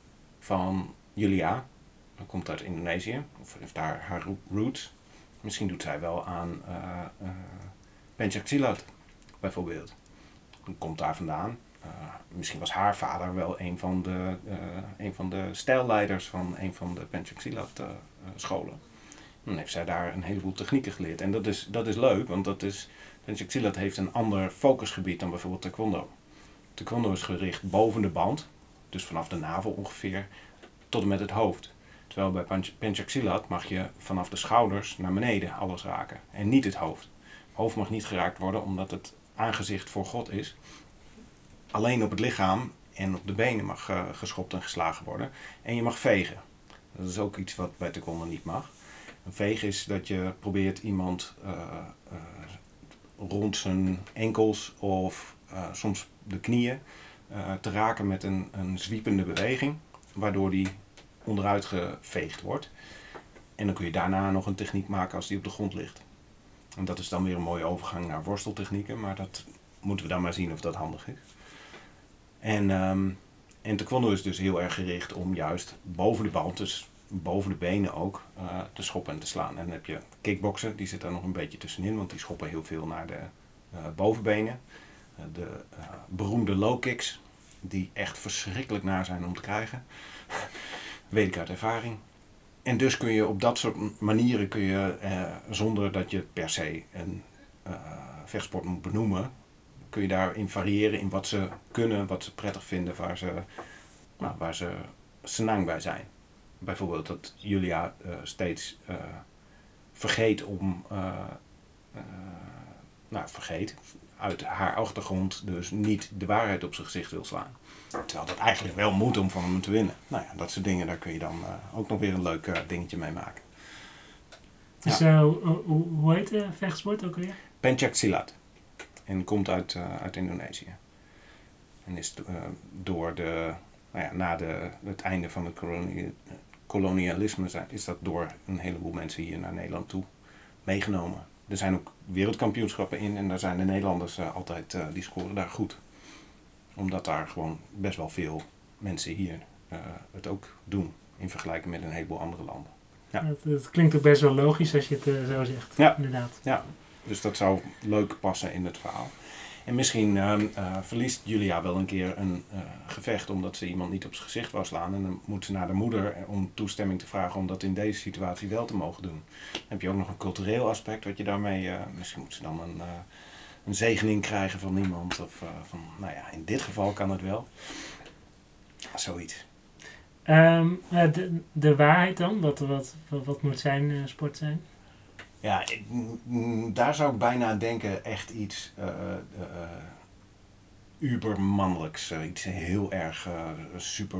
van Julia, dat komt uit Indonesië, of heeft daar haar roots. Misschien doet zij wel aan uh, uh, Pencak Silat bijvoorbeeld. Dat komt daar vandaan. Uh, misschien was haar vader wel een van de, uh, een van de stijlleiders van een van de Pencak Silat uh, scholen. Dan heeft zij daar een heleboel technieken geleerd. En dat is, dat is leuk, want dat is, Pencak Silat heeft een ander focusgebied dan bijvoorbeeld taekwondo. Taekwondo is gericht boven de band, dus vanaf de navel ongeveer, tot en met het hoofd. Terwijl bij Pencak Silat mag je vanaf de schouders naar beneden alles raken en niet het hoofd. Het hoofd mag niet geraakt worden omdat het aangezicht voor God is. Alleen op het lichaam en op de benen mag uh, geschopt en geslagen worden. En je mag vegen. Dat is ook iets wat bij taekwondo niet mag. Een veeg is dat je probeert iemand uh, uh, rond zijn enkels of uh, soms de knieën uh, te raken met een, een zwiepende beweging. Waardoor die onderuit geveegd wordt. En dan kun je daarna nog een techniek maken als die op de grond ligt. En dat is dan weer een mooie overgang naar worsteltechnieken. Maar dat moeten we dan maar zien of dat handig is. En, um, En taekwondo is dus heel erg gericht om juist boven de band, dus boven de benen ook, uh, te schoppen en te slaan. En dan heb je kickboksen, die zit daar nog een beetje tussenin, want die schoppen heel veel naar de uh, bovenbenen. Uh, de uh, beroemde low kicks, die echt verschrikkelijk naar zijn om te krijgen. Weet ik uit ervaring. En dus kun je op dat soort manieren, kun je, uh, zonder dat je per se een uh, vechtsport moet benoemen, kun je daarin variëren in wat ze kunnen, wat ze prettig vinden, waar ze, nou, waar ze senang bij zijn. Bijvoorbeeld dat Julia uh, steeds uh, vergeet om, uh, uh, nou vergeet, uit haar achtergrond dus niet de waarheid op zijn gezicht wil slaan. Terwijl dat eigenlijk wel moet om van hem te winnen. Nou ja, dat soort dingen, daar kun je dan uh, ook nog weer een leuk uh, dingetje mee maken. Dus ja. uh, hoe, hoe heet de vechtsport ook weer? Pencak Silat. En komt uit, uh, uit Indonesië. En is uh, door de, nou ja, na de, het einde van het kolonie, kolonialisme zijn, is dat door een heleboel mensen hier naar Nederland toe meegenomen. Er zijn ook wereldkampioenschappen in en daar zijn de Nederlanders uh, altijd, uh, die scoren daar goed. Omdat daar gewoon best wel veel mensen hier uh, het ook doen in vergelijking met een heleboel andere landen. Ja. Het, het klinkt ook best wel logisch als je het uh, zo zegt, ja. inderdaad. Ja, dus dat zou leuk passen in het verhaal. En misschien uh, uh, verliest Julia wel een keer een uh, gevecht omdat ze iemand niet op zijn gezicht wou slaan. En dan moet ze naar de moeder om toestemming te vragen om dat in deze situatie wel te mogen doen. Dan heb je ook nog een cultureel aspect wat je daarmee, uh, misschien moet ze dan een, uh, een zegening krijgen van iemand. Of uh, van, nou ja, in dit geval kan het wel. Zoiets. Um, de, de waarheid dan? Wat, wat, wat, wat moet zijn uh, sport zijn? Ja, ik, m, daar zou ik bijna denken echt iets uh, uh, ubermannelijks. Uh, iets heel erg uh, super...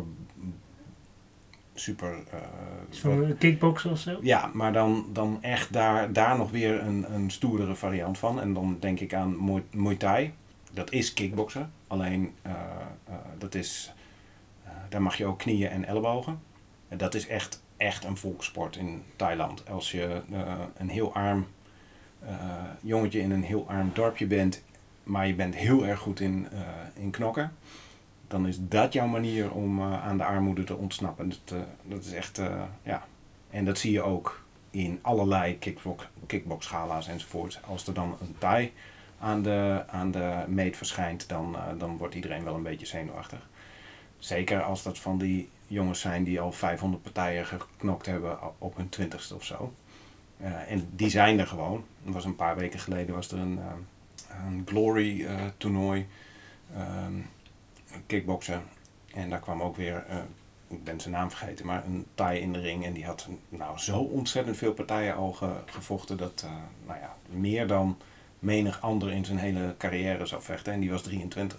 super uh, Zo'n kickboksen of zo? Ja, maar dan, dan echt daar, daar nog weer een, een stoerdere variant van. En dan denk ik aan Muay, Muay Thai. Dat is kickboksen. Alleen, uh, uh, dat is, uh, daar mag je ook knieën en ellebogen. En dat is echt... echt een volkssport in Thailand. Als je uh, een heel arm uh, jongetje in een heel arm dorpje bent, maar je bent heel erg goed in, uh, in knokken, dan is dat jouw manier om uh, aan de armoede te ontsnappen. Dat, uh, dat is echt, uh, ja. En dat zie je ook in allerlei kickbox, kickboxgala's enzovoort. Als er dan een Thai aan de, aan de meet verschijnt, dan, uh, dan wordt iedereen wel een beetje zenuwachtig. Zeker als dat van die jongens zijn die al vijfhonderd partijen geknokt hebben op hun twintigste of zo. Uh, en die zijn er gewoon. Er was een paar weken geleden was er een, uh, een Glory uh, toernooi. Um, kickboksen. En daar kwam ook weer, uh, ik ben zijn naam vergeten, maar een Thai in de ring. En die had nou zo ontzettend veel partijen al ge, gevochten. Dat uh, nou ja, meer dan menig ander in zijn hele carrière zou vechten. En die was drieëntwintig.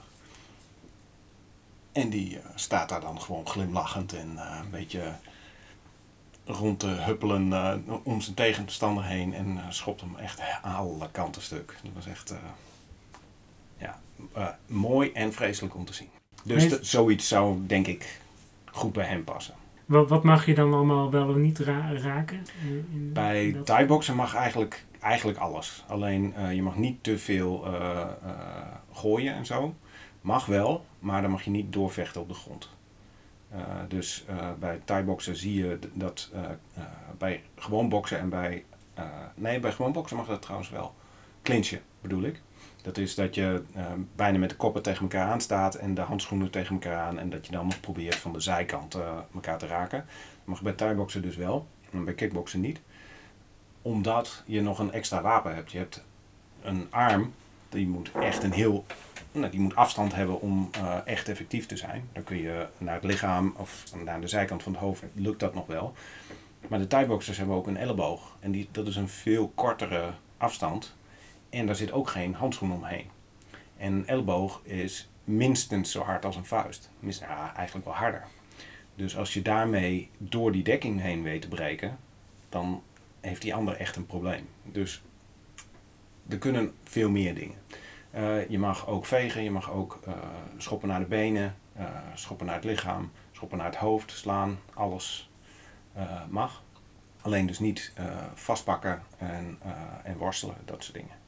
En die uh, staat daar dan gewoon glimlachend en uh, een beetje rond te huppelen uh, om zijn tegenstander heen. En uh, schopt hem echt aan alle kanten stuk. Dat was echt uh, ja, uh, mooi en vreselijk om te zien. Dus t- zoiets zou denk ik goed bij hem passen. Wat, wat mag je dan allemaal wel of niet ra- raken? In, in bij dat... Thai-boksen mag eigenlijk, eigenlijk alles. Alleen uh, je mag niet te veel uh, uh, gooien en zo. Mag wel, maar dan mag je niet doorvechten op de grond. Uh, dus uh, bij Thai-boksen zie je dat uh, uh, bij gewoon boksen en bij... Uh, nee, bij gewoon boksen mag dat trouwens wel. Clinchen bedoel ik. Dat is dat je uh, bijna met de koppen tegen elkaar aanstaat en de handschoenen tegen elkaar aan. En dat je dan nog probeert van de zijkant uh, elkaar te raken. Dat mag bij Thai-boksen dus wel, en bij kickboksen niet. Omdat je nog een extra wapen hebt. Je hebt een arm, die moet echt een heel... Nou, die moet afstand hebben om uh, echt effectief te zijn. Dan kun je naar het lichaam of naar de zijkant van het hoofd, lukt dat nog wel. Maar de Thai-boxers hebben ook een elleboog. En die, dat is een veel kortere afstand. En daar zit ook geen handschoen omheen. En een elleboog is minstens zo hard als een vuist. Minstens, ja, eigenlijk wel harder. Dus als je daarmee door die dekking heen weet te breken, dan heeft die ander echt een probleem. Dus er kunnen veel meer dingen. Uh, je mag ook vegen, je mag ook uh, schoppen naar de benen, uh, schoppen naar het lichaam, schoppen naar het hoofd, slaan, alles uh, mag. Alleen dus niet uh, vastpakken en, uh, en worstelen, dat soort dingen.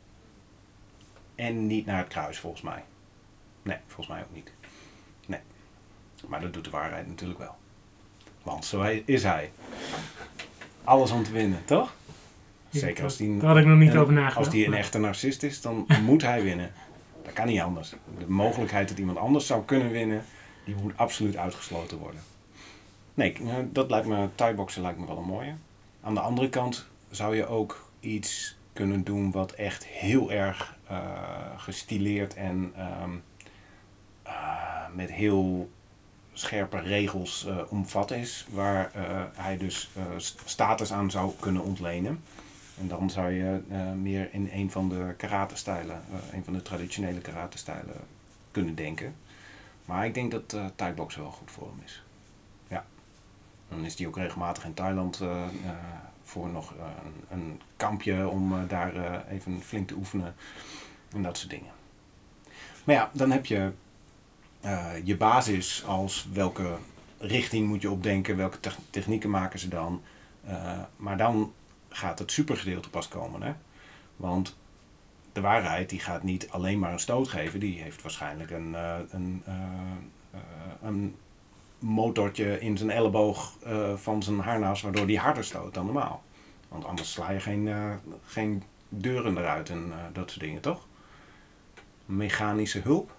En niet naar het kruis volgens mij. Nee, volgens mij ook niet. Nee. Maar dat doet de waarheid natuurlijk wel. Want zo is hij. Alles om te winnen, toch? Zeker als hij Daar had ik nog niet een, over nagedacht. Als hij een maar... echte narcist is, dan moet hij winnen. Dat kan niet anders. De mogelijkheid dat iemand anders zou kunnen winnen, die moet absoluut uitgesloten worden. Nee, dat lijkt me, thai-boksen lijkt me wel een mooie. Aan de andere kant zou je ook iets kunnen doen wat echt heel erg uh, gestileerd en um, uh, met heel scherpe regels uh, omvat is, waar uh, hij dus uh, status aan zou kunnen ontlenen. En dan zou je uh, meer in een van de karate-stijlen, uh, een van de traditionele karate-stijlen kunnen denken. Maar ik denk dat uh, thai-boksen wel goed voor hem is. Ja. Dan is hij ook regelmatig in Thailand uh, uh, voor nog uh, een, een kampje om uh, daar uh, even flink te oefenen en dat soort dingen. Maar ja, dan heb je uh, je basis als welke richting moet je opdenken, welke te- technieken maken ze dan. Uh, maar dan gaat het supergedeelte pas komen. Hè? Want de waarheid die gaat niet alleen maar een stoot geven, die heeft waarschijnlijk een, uh, een, uh, uh, een motortje in zijn elleboog uh, van zijn harnas, waardoor die harder stoot dan normaal. Want anders sla je geen, uh, geen deuren eruit en uh, dat soort dingen, toch? Mechanische hulp.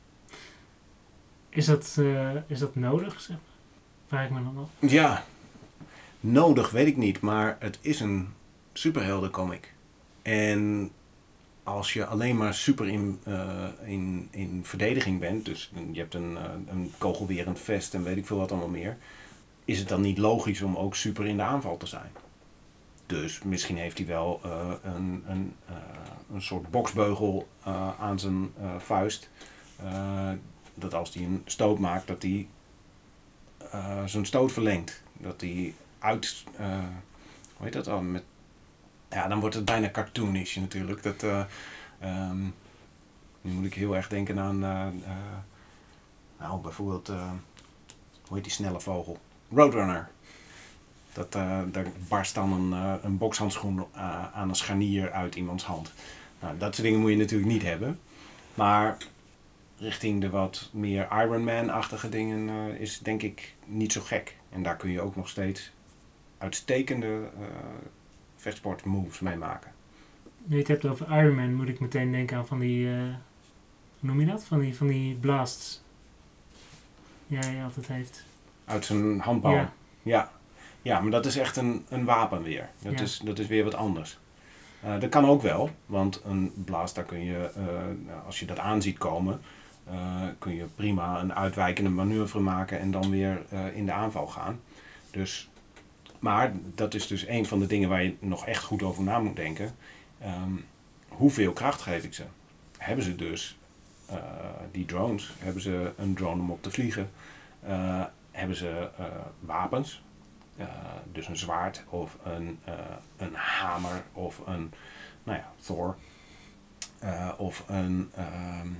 Is dat, uh, is dat nodig, zeg maar? Vraag ik me dan af. Ja, nodig weet ik niet, maar het is een superheldencomic. En als je alleen maar super in, uh, in, in verdediging bent, dus je hebt een, uh, een kogelwerend vest en weet ik veel wat allemaal meer, is het dan niet logisch om ook super in de aanval te zijn. Dus misschien heeft hij wel uh, een, een, uh, een soort boksbeugel uh, aan zijn uh, vuist. Uh, dat als hij een stoot maakt, dat hij uh, zijn stoot verlengt. Dat hij uit... Uh, hoe heet dat al? Met, ja, dan wordt het bijna cartoonish natuurlijk. Dat, uh, um, nu moet ik heel erg denken aan... Uh, uh, nou, bijvoorbeeld... Uh, hoe heet die snelle vogel? Roadrunner. Dat, uh, daar barst dan een, uh, een bokshandschoen uh, aan een scharnier uit iemands hand. Nou, dat soort dingen moet je natuurlijk niet hebben. Maar richting de wat meer Iron Man-achtige dingen uh, is denk ik niet zo gek. En daar kun je ook nog steeds uitstekende uh, vechtsport moves mee maken. Nu je het hebt over Iron Man, moet ik meteen denken aan van die... Uh, hoe noem je dat? Van die, van die blasts. Ja, hij altijd heeft. Uit zijn handbal. Ja. Ja. Ja, maar dat is echt een, een wapen weer. Dat, Ja. is, dat is weer wat anders. Uh, dat kan ook wel, want een blast, daar kun je, uh, als je dat aan ziet komen, uh, kun je prima een uitwijkende manoeuvre maken en dan weer uh, in de aanval gaan. Dus, maar dat is dus een van de dingen waar je nog echt goed over na moet denken. Um, hoeveel kracht geef ik ze? Hebben ze dus uh, die drones? Hebben ze een drone om op te vliegen? Uh, hebben ze uh, wapens? Uh, dus een zwaard of een, uh, een hamer of een, nou ja, Thor. Uh, of een, um,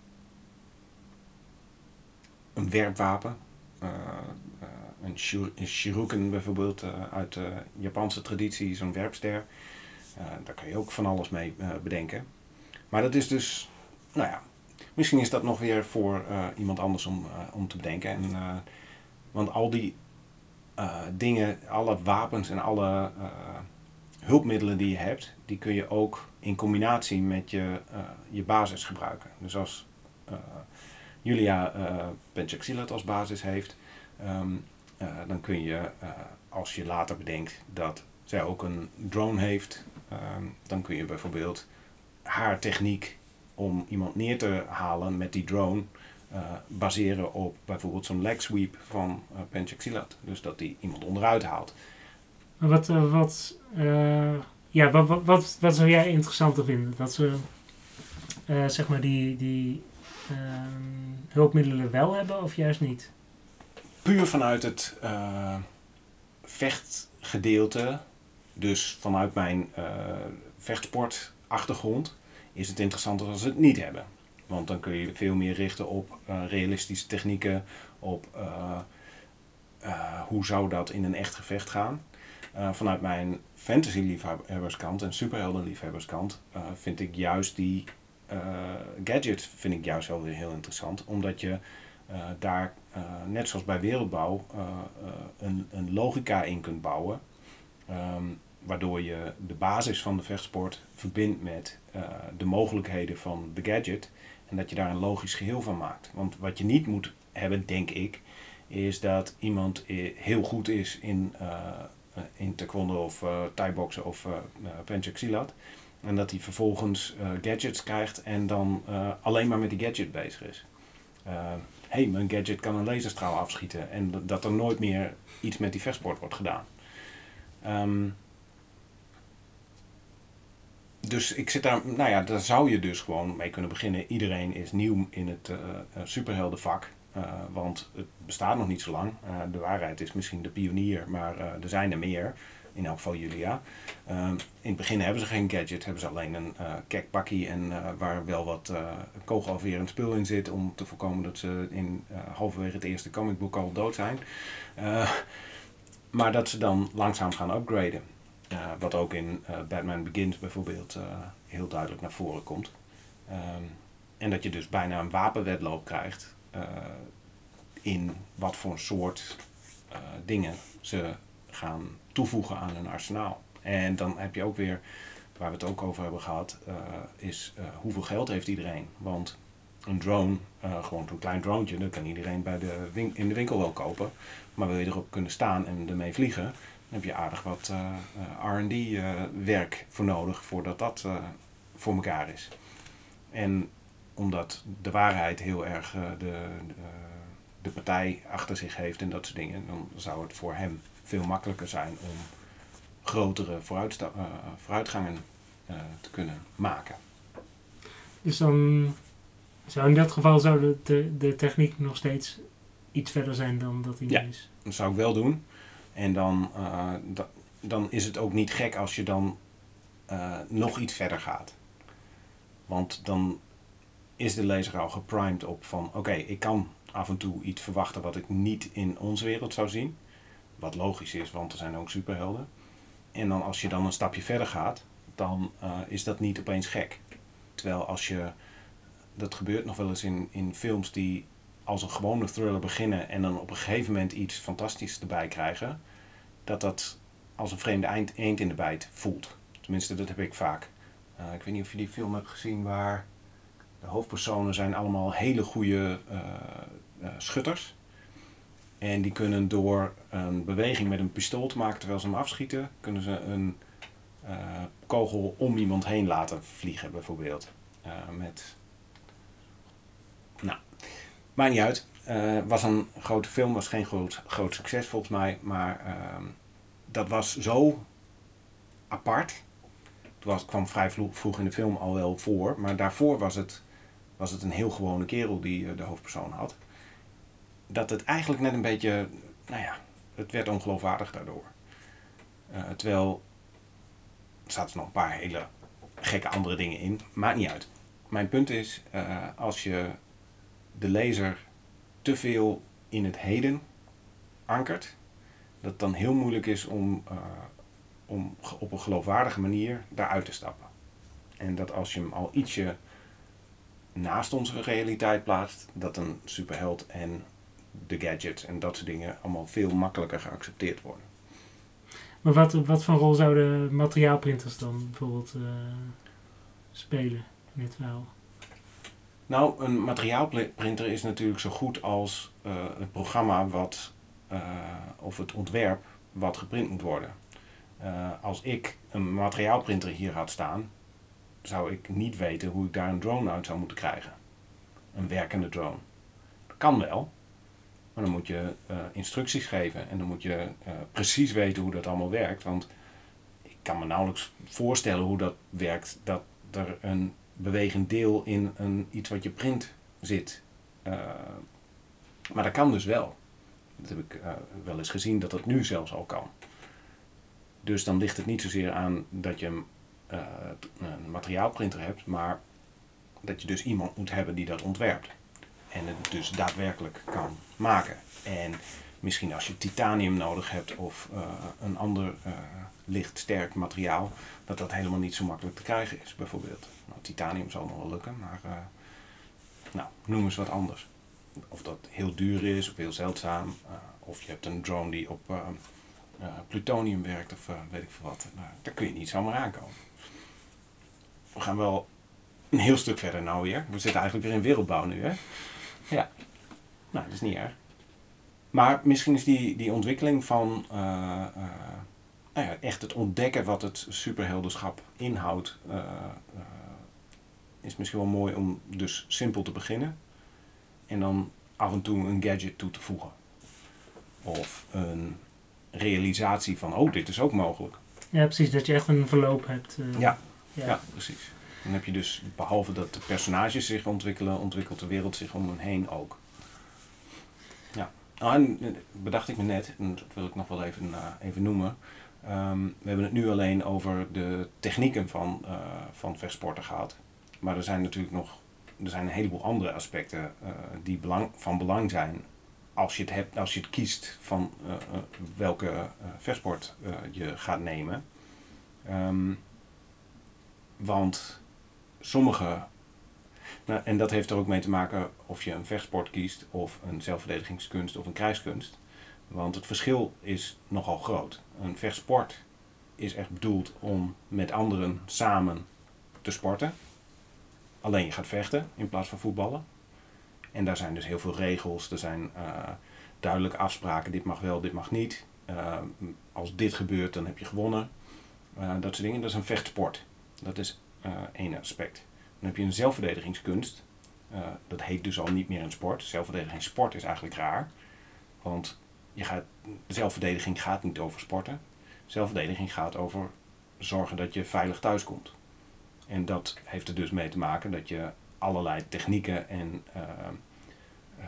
een werpwapen. Uh, uh, een, shur- een shuriken bijvoorbeeld uh, uit de Japanse traditie, zo'n werpster. Uh, daar kan je ook van alles mee uh, bedenken. Maar dat is dus, nou ja, misschien is dat nog weer voor uh, iemand anders om, uh, om te bedenken. En, uh, want al die uh, dingen, alle wapens en alle uh, hulpmiddelen die je hebt, die kun je ook in combinatie met je, uh, je basis gebruiken. Dus als uh, Julia uh, Pencak-Silat als basis heeft, um, uh, dan kun je, uh, als je later bedenkt dat zij ook een drone heeft, um, dan kun je bijvoorbeeld haar techniek om iemand neer te halen met die drone uh, baseren op bijvoorbeeld zo'n leg sweep van uh, Pencak-Silat. Dus dat die iemand onderuit haalt. Wat, uh, wat, uh, ja, wat, wat, wat, wat zou jij interessanter vinden? Dat ze uh, zeg maar die, die uh, hulpmiddelen wel hebben of juist niet? Puur vanuit het uh, vechtgedeelte, dus vanuit mijn uh, vechtsportachtergrond, is het interessanter als ze het niet hebben. Want dan kun je veel meer richten op uh, realistische technieken, op uh, uh, hoe zou dat in een echt gevecht gaan. Uh, vanuit mijn fantasy-liefhebberskant en superhelden-liefhebberskant uh, vind ik juist die uh, gadget vind ik juist wel weer heel interessant. Omdat je uh, daar, uh, net zoals bij Wereldbouw, uh, uh, een, een logica in kunt bouwen. Um, waardoor je de basis van de vechtsport verbindt met uh, de mogelijkheden van de gadget. En dat je daar een logisch geheel van maakt. Want wat je niet moet hebben, denk ik, is dat iemand heel goed is in, uh, in taekwondo of uh, thai-boksen of uh, uh, pencak silat. En dat hij vervolgens uh, gadgets krijgt en dan uh, alleen maar met die gadget bezig is. Hé, uh, hey, mijn gadget kan een laserstraal afschieten. En d- dat er nooit meer iets met die vechtsport wordt gedaan. Um, dus ik zit daar, nou ja, daar zou je dus gewoon mee kunnen beginnen. Iedereen is nieuw in het uh, superheldenvak. Uh, want het bestaat nog niet zo lang. Uh, de waarheid is misschien de pionier, maar uh, er zijn er meer. In elk geval Julia. Uh, in het begin hebben ze geen gadget, hebben ze alleen een uh, kekbakkie en uh, waar wel wat uh, kogelafwerend spul in zit om te voorkomen dat ze in uh, halverwege het eerste comicboek al dood zijn. Uh, maar dat ze dan langzaam gaan upgraden. Uh, wat ook in uh, Batman Begins bijvoorbeeld uh, heel duidelijk naar voren komt. Um, en dat je dus bijna een wapenwedloop krijgt uh, in wat voor soort uh, dingen ze gaan toevoegen aan hun arsenaal. En dan heb je ook weer, waar we het ook over hebben gehad, uh, is uh, hoeveel geld heeft iedereen? Want een drone, uh, gewoon zo'n klein droontje, dat kan iedereen bij de win- in de winkel wel kopen. Maar wil je erop kunnen staan en ermee vliegen, dan heb je aardig wat uh, uh, R en D uh, werk voor nodig voordat dat uh, voor elkaar is. En omdat de waarheid heel erg uh, de, de, de partij achter zich heeft en dat soort dingen, dan zou het voor hem veel makkelijker zijn om grotere vooruitsta- uh, vooruitgangen uh, te kunnen maken. Dus dan zou in dat geval zou de, de, de techniek nog steeds iets verder zijn dan dat hij ja, nu is? Dat zou ik wel doen. En dan, uh, da- dan is het ook niet gek als je dan uh, nog iets verder gaat. Want dan is de lezer al geprimed op van oké, okay, ik kan af en toe iets verwachten wat ik niet in onze wereld zou zien. Wat logisch is, want er zijn ook superhelden. En dan als je dan een stapje verder gaat, dan uh, is dat niet opeens gek. Terwijl als je, dat gebeurt nog wel eens in, in films die als een gewone thriller beginnen en dan op een gegeven moment iets fantastisch erbij krijgen, dat dat als een vreemde eind, eend in de bijt voelt. Tenminste, dat heb ik vaak. Uh, ik weet niet of je die film hebt gezien waar de hoofdpersonen zijn allemaal hele goede uh, uh, schutters. En die kunnen door een beweging met een pistool te maken terwijl ze hem afschieten, kunnen ze een uh, kogel om iemand heen laten vliegen bijvoorbeeld. Uh, met... Nou, maakt niet uit. Het uh, was een grote film, was geen groot, groot succes volgens mij, maar uh, dat was zo apart. Het was, kwam vrij vroeg, vroeg in de film al wel voor, maar daarvoor was het, was het een heel gewone kerel die uh, de hoofdpersoon had. Dat het eigenlijk net een beetje, nou ja, het werd ongeloofwaardig daardoor. Uh, terwijl, er zaten nog een paar hele gekke andere dingen in, maakt niet uit. Mijn punt is, uh, als je de lezer te veel in het heden ankert, dat het dan heel moeilijk is om, uh, om op een geloofwaardige manier daaruit te stappen. En dat als je hem al ietsje naast onze realiteit plaatst, dat een superheld en de gadgets en dat soort dingen allemaal veel makkelijker geaccepteerd worden. Maar wat, wat voor rol zouden materiaalprinters dan bijvoorbeeld uh, spelen in dit verhaal? Nou, een materiaalprinter is natuurlijk zo goed als uh, het programma wat, uh, of het ontwerp wat geprint moet worden. Uh, als ik een materiaalprinter hier had staan, zou ik niet weten hoe ik daar een drone uit zou moeten krijgen. Een werkende drone. Dat kan wel, maar dan moet je uh, instructies geven en dan moet je uh, precies weten hoe dat allemaal werkt. Want ik kan me nauwelijks voorstellen hoe dat werkt, dat er een bewegend deel in een, iets wat je print zit. Uh, maar dat kan dus wel. Dat heb ik uh, wel eens gezien dat dat nu zelfs al kan. Dus dan ligt het niet zozeer aan dat je uh, een materiaalprinter hebt, maar dat je dus iemand moet hebben die dat ontwerpt. En het dus daadwerkelijk kan maken. En misschien als je titanium nodig hebt of uh, een ander uh, licht sterk materiaal, dat dat helemaal niet zo makkelijk te krijgen is, bijvoorbeeld. Nou, titanium zal nog wel lukken, maar uh, nou, noem eens wat anders. of dat heel duur is of heel zeldzaam. Uh, of je hebt een drone die op uh, uh, plutonium werkt of uh, weet ik veel wat. Nou, daar kun je niet zomaar aankomen. We gaan wel een heel stuk verder nou weer. We zitten eigenlijk weer in wereldbouw nu, hè? Ja. Nou, dat is niet erg. Maar misschien is die, die ontwikkeling van uh, uh, nou ja, echt het ontdekken wat het superheldenschap inhoudt, uh, uh, is misschien wel mooi om dus simpel te beginnen. En dan af en toe een gadget toe te voegen. Of een realisatie van, oh, dit is ook mogelijk. Ja, precies. Dat je echt een verloop hebt. Uh, ja. Ja. ja, precies. Dan heb je dus, behalve dat de personages zich ontwikkelen, ontwikkelt de wereld zich om hen heen ook. Ja. Nou, en bedacht ik me net, en dat wil ik nog wel even, uh, even noemen. Um, we hebben het nu alleen over de technieken van, uh, van vechtsporten gehad. Maar er zijn natuurlijk nog er zijn een heleboel andere aspecten uh, die belang, van belang zijn als je het, hebt, als je het kiest van uh, uh, welke uh, vechtsport uh, je gaat nemen. Um, want sommige, nou, en dat heeft er ook mee te maken of je een vechtsport kiest of een zelfverdedigingskunst of een krijgskunst. Want het verschil is nogal groot. Een vechtsport is echt bedoeld om met anderen samen te sporten. Alleen je gaat vechten in plaats van voetballen. En daar zijn dus heel veel regels. Er zijn uh, duidelijke afspraken. Dit mag wel, dit mag niet. Uh, als dit gebeurt, dan heb je gewonnen. Uh, dat soort dingen. Dat is een vechtsport. Dat is uh, één aspect. Dan heb je een zelfverdedigingskunst. Uh, dat heet dus al niet meer een sport. Zelfverdedigingssport is eigenlijk raar. Want je gaat, zelfverdediging gaat niet over sporten. Zelfverdediging gaat over zorgen dat je veilig thuis komt. En dat heeft er dus mee te maken dat je allerlei technieken en uh, uh,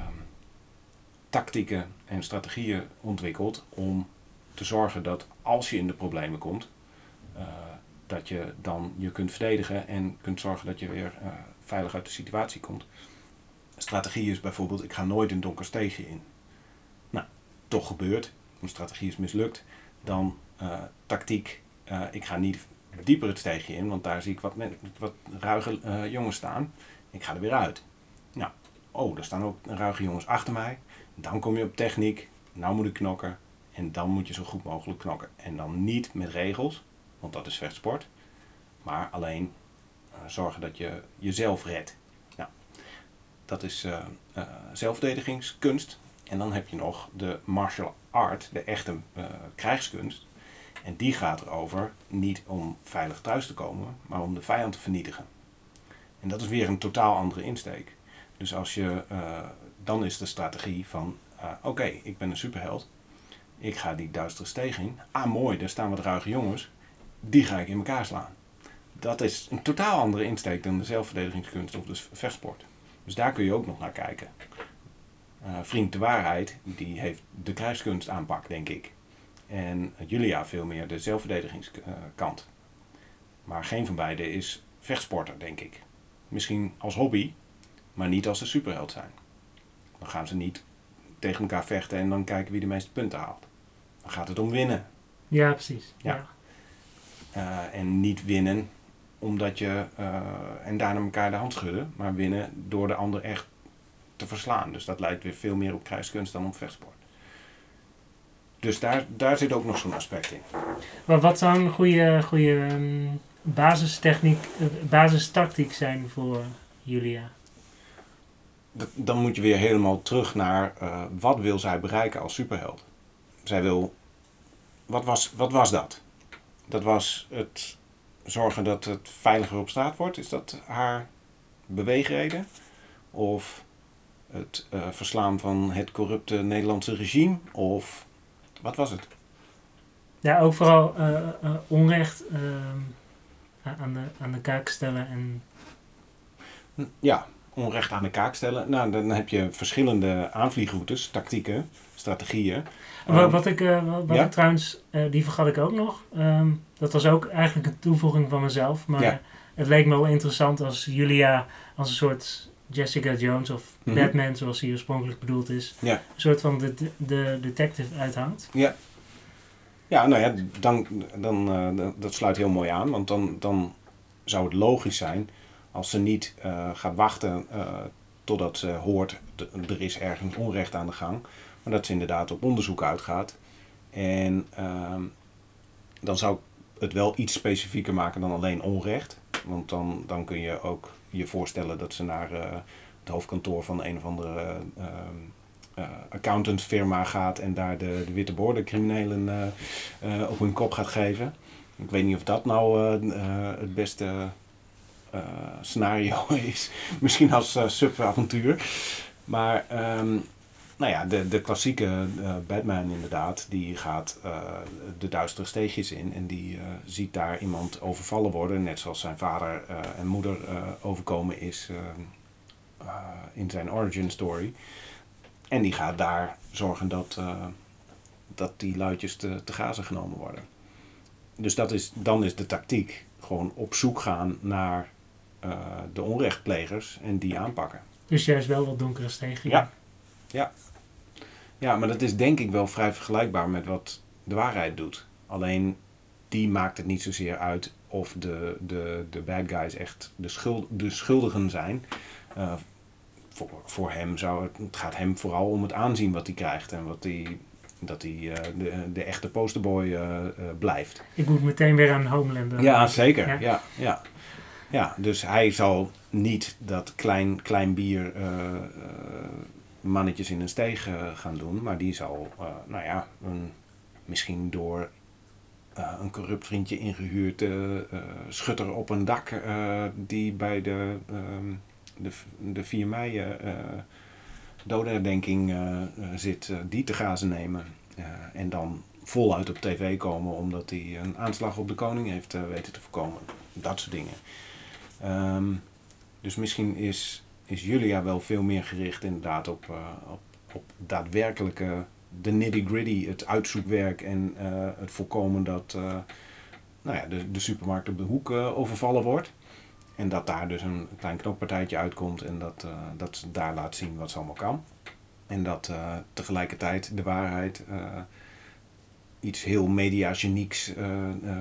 tactieken en strategieën ontwikkelt om te zorgen dat als je in de problemen komt, uh, dat je dan je kunt verdedigen en kunt zorgen dat je weer uh, veilig uit de situatie komt. Strategie is bijvoorbeeld, ik ga nooit een donker steegje in. Nou, toch gebeurt, een strategie is mislukt. Dan uh, tactiek, uh, ik ga niet dieper het steegje in, want daar zie ik wat, men, wat ruige uh, jongens staan. Ik ga er weer uit. Nou, oh, er staan ook ruige jongens achter mij. Dan kom je op techniek. Nou moet ik knokken. En dan moet je zo goed mogelijk knokken. En dan niet met regels, want dat is vechtsport. Maar alleen uh, zorgen dat je jezelf redt. Nou, dat is uh, uh, zelfverdedigingskunst. En dan heb je nog de martial art, de echte uh, krijgskunst. En die gaat erover niet om veilig thuis te komen, maar om de vijand te vernietigen. En dat is weer een totaal andere insteek. Dus als je, uh, dan is de strategie van, uh, oké, okay, ik ben een superheld. Ik ga die duistere steeg in. Ah, mooi, daar staan wat ruige jongens. Die ga ik in elkaar slaan. Dat is een totaal andere insteek dan de zelfverdedigingskunst of de vechtsport. Dus daar kun je ook nog naar kijken. Uh, Vriend de Waarheid, die heeft de krijgskunst aanpak, denk ik. En Julia veel meer de zelfverdedigingskant. Maar geen van beiden is vechtsporter, denk ik. Misschien als hobby, maar niet als ze superheld zijn. Dan gaan ze niet tegen elkaar vechten en dan kijken wie de meeste punten haalt. Dan gaat het om winnen. Ja, precies. Ja. Ja. Uh, en niet winnen omdat je uh, en daarna elkaar de hand schudden, maar winnen door de ander echt te verslaan. Dus dat lijkt weer veel meer op krijgskunst dan op vechtsport. Dus daar, daar zit ook nog zo'n aspect in. Maar wat zou een goede, goede um, basistechniek, uh, basistactiek zijn voor Julia? Dat, dan moet je weer helemaal terug naar uh, wat wil zij bereiken als superheld. Zij wil, wat was, wat was dat? Dat was het zorgen dat het veiliger op straat wordt. Is dat haar beweegreden? Of het uh, verslaan van het corrupte Nederlandse regime? Of wat was het? Ja, ook vooral uh, uh, onrecht uh, aan, de, aan de kaak stellen. En... Ja, onrecht aan de kaak stellen. Nou, dan heb je verschillende aanvliegroutes, tactieken, strategieën. Wat, um, wat ik, uh, wat, wat ja? ik trouwens, uh, die vergat ik ook nog. Um, dat was ook eigenlijk een toevoeging van mezelf. Maar ja. Het leek me wel interessant als Julia als een soort Jessica Jones of mm-hmm. Batman, zoals hij oorspronkelijk bedoeld is. Ja. Een soort van de, de detective uithangt. Ja. Ja, nou ja, dan, dan, uh, dat sluit heel mooi aan. Want dan, dan zou het logisch zijn als ze niet uh, gaat wachten uh, totdat ze hoort, d- er is ergens onrecht aan de gang. Maar dat ze inderdaad op onderzoek uitgaat. En uh, dan zou ik het wel iets specifieker maken dan alleen onrecht. Want dan, dan kun je ook je voorstellen dat ze naar uh, het hoofdkantoor van een of andere uh, uh, accountantsfirma gaat en daar de, de witte borden criminelen uh, uh, op hun kop gaat geven. Ik weet niet of dat nou uh, uh, het beste uh, scenario is. Misschien als uh, subavontuur. Maar um, nou ja, de, de klassieke uh, Batman inderdaad, die gaat uh, de duistere steegjes in en die uh, ziet daar iemand overvallen worden, net zoals zijn vader uh, en moeder uh, overkomen is uh, uh, in zijn origin story. En die gaat daar zorgen dat, uh, dat die luidjes te, te grazen genomen worden. Dus dat is, dan is de tactiek gewoon op zoek gaan naar uh, de onrechtplegers en die aanpakken. Dus juist wel wat donkere stegen. Ja, ja. Ja, maar dat is denk ik wel vrij vergelijkbaar met wat de waarheid doet. Alleen die maakt het niet zozeer uit of de, de, de bad guys echt de, schuld, de schuldigen zijn. Uh, voor, voor hem zou het, het gaat hem vooral om het aanzien wat hij krijgt en wat hij, dat hij uh, de, de echte posterboy uh, uh, blijft. Ik moet meteen weer aan Homelander. Ja, zeker. Ja. Ja, ja. Ja, dus hij zal niet dat klein, klein bier uh, uh, mannetjes in een steeg uh, gaan doen, maar die zal, uh, nou ja, een, misschien door uh, een corrupt vriendje ingehuurd uh, uh, schutter op een dak uh, die bij de, uh, de, de vier mei uh, dodenherdenking uh, uh, zit, uh, die te grazen nemen. Uh, en dan voluit op tv komen omdat hij een aanslag op de koning heeft uh, weten te voorkomen. Dat soort dingen. Um, dus misschien is, is Julia wel veel meer gericht inderdaad op, uh, op, op daadwerkelijke, de nitty-gritty, het uitzoekwerk en uh, het voorkomen dat uh, nou ja, de, de supermarkt op de hoek uh, overvallen wordt. En dat daar dus een klein knokpartijtje uitkomt en dat, uh, dat ze daar laat zien wat ze allemaal kan. En dat uh, tegelijkertijd de waarheid uh, iets heel mediagenieks, uh, uh,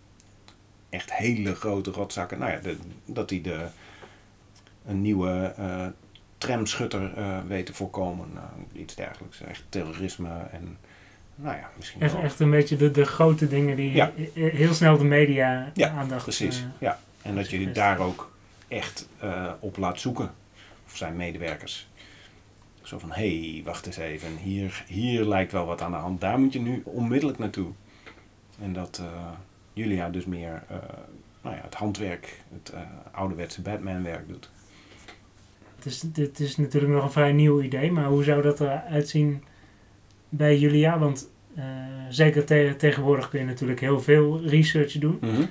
echt hele grote rotzakken, nou ja, de, dat hij de een nieuwe uh, tramschutter uh, weet te voorkomen, uh, iets dergelijks, echt terrorisme en nou ja, misschien echt, wel. echt een beetje de, de grote dingen die Ja. heel snel de media Ja, aandacht. precies. Uh, Ja. En dat je je daar ook echt uh, op laat zoeken, of zijn medewerkers. Zo van, hé, hey, wacht eens even, hier, hier lijkt wel wat aan de hand, daar moet je nu onmiddellijk naartoe. En dat uh, Julia dus meer uh, nou ja, het handwerk, het uh, ouderwetse Batman-werk doet. Het is, dit is natuurlijk nog een vrij nieuw idee, maar hoe zou dat eruit zien bij Julia? Want uh, zeker te- tegenwoordig kun je natuurlijk heel veel research doen. Mm-hmm.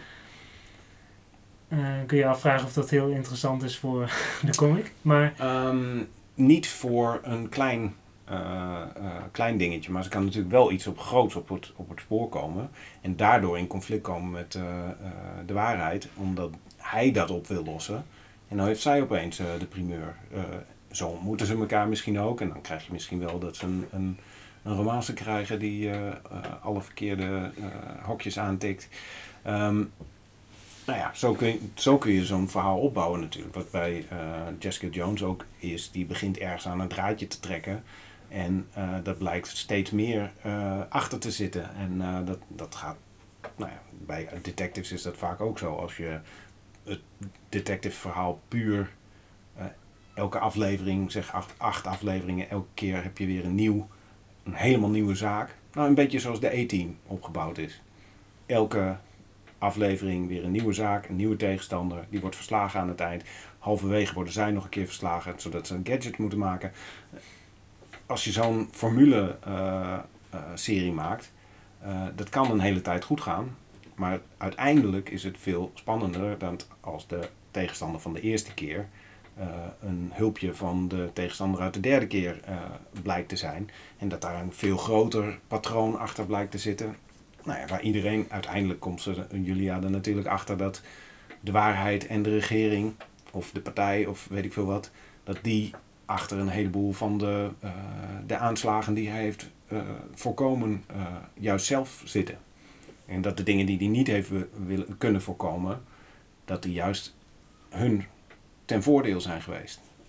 Uh, kun je afvragen of dat heel interessant is voor de comic. Maar Um, niet voor een klein, uh, uh, klein dingetje, maar ze kan natuurlijk wel iets op groots op het, op het spoor komen. En daardoor in conflict komen met uh, uh, de waarheid, omdat hij dat op wil lossen. En dan heeft zij opeens uh, de primeur. Uh, zo ontmoeten ze elkaar misschien ook. En dan krijg je misschien wel dat ze een, een, een romance krijgen die uh, uh, alle verkeerde uh, hokjes aantikt. Um, Nou ja, zo kun je, zo kun je zo'n verhaal opbouwen natuurlijk. Wat bij uh, Jessica Jones ook is, die begint ergens aan een draadje te trekken. En uh, dat blijkt steeds meer uh, achter te zitten. En uh, dat, dat gaat, nou ja, bij detectives is dat vaak ook zo. Als je het detective verhaal puur, uh, elke aflevering, zeg acht, acht afleveringen, elke keer heb je weer een nieuw, een helemaal nieuwe zaak. Nou, een beetje zoals de A-team opgebouwd is. Elke aflevering weer een nieuwe zaak, een nieuwe tegenstander. Die wordt verslagen aan het eind. Halverwege worden zij nog een keer verslagen, zodat ze een gadget moeten maken. Als je zo'n formule uh, uh, serie maakt, uh, dat kan een hele tijd goed gaan. Maar uiteindelijk is het veel spannender dan als de tegenstander van de eerste keer uh, een hulpje van de tegenstander uit de derde keer uh, blijkt te zijn. En dat daar een veel groter patroon achter blijkt te zitten. Nou ja, waar iedereen, uiteindelijk komt ze, Julia er natuurlijk achter dat de waarheid en de regering, of de partij, of weet ik veel wat, dat die achter een heleboel van de, uh, de aanslagen die hij heeft uh, voorkomen, uh, juist zelf zitten. En dat de dingen die hij niet heeft willen, kunnen voorkomen, dat die juist hun ten voordeel zijn geweest.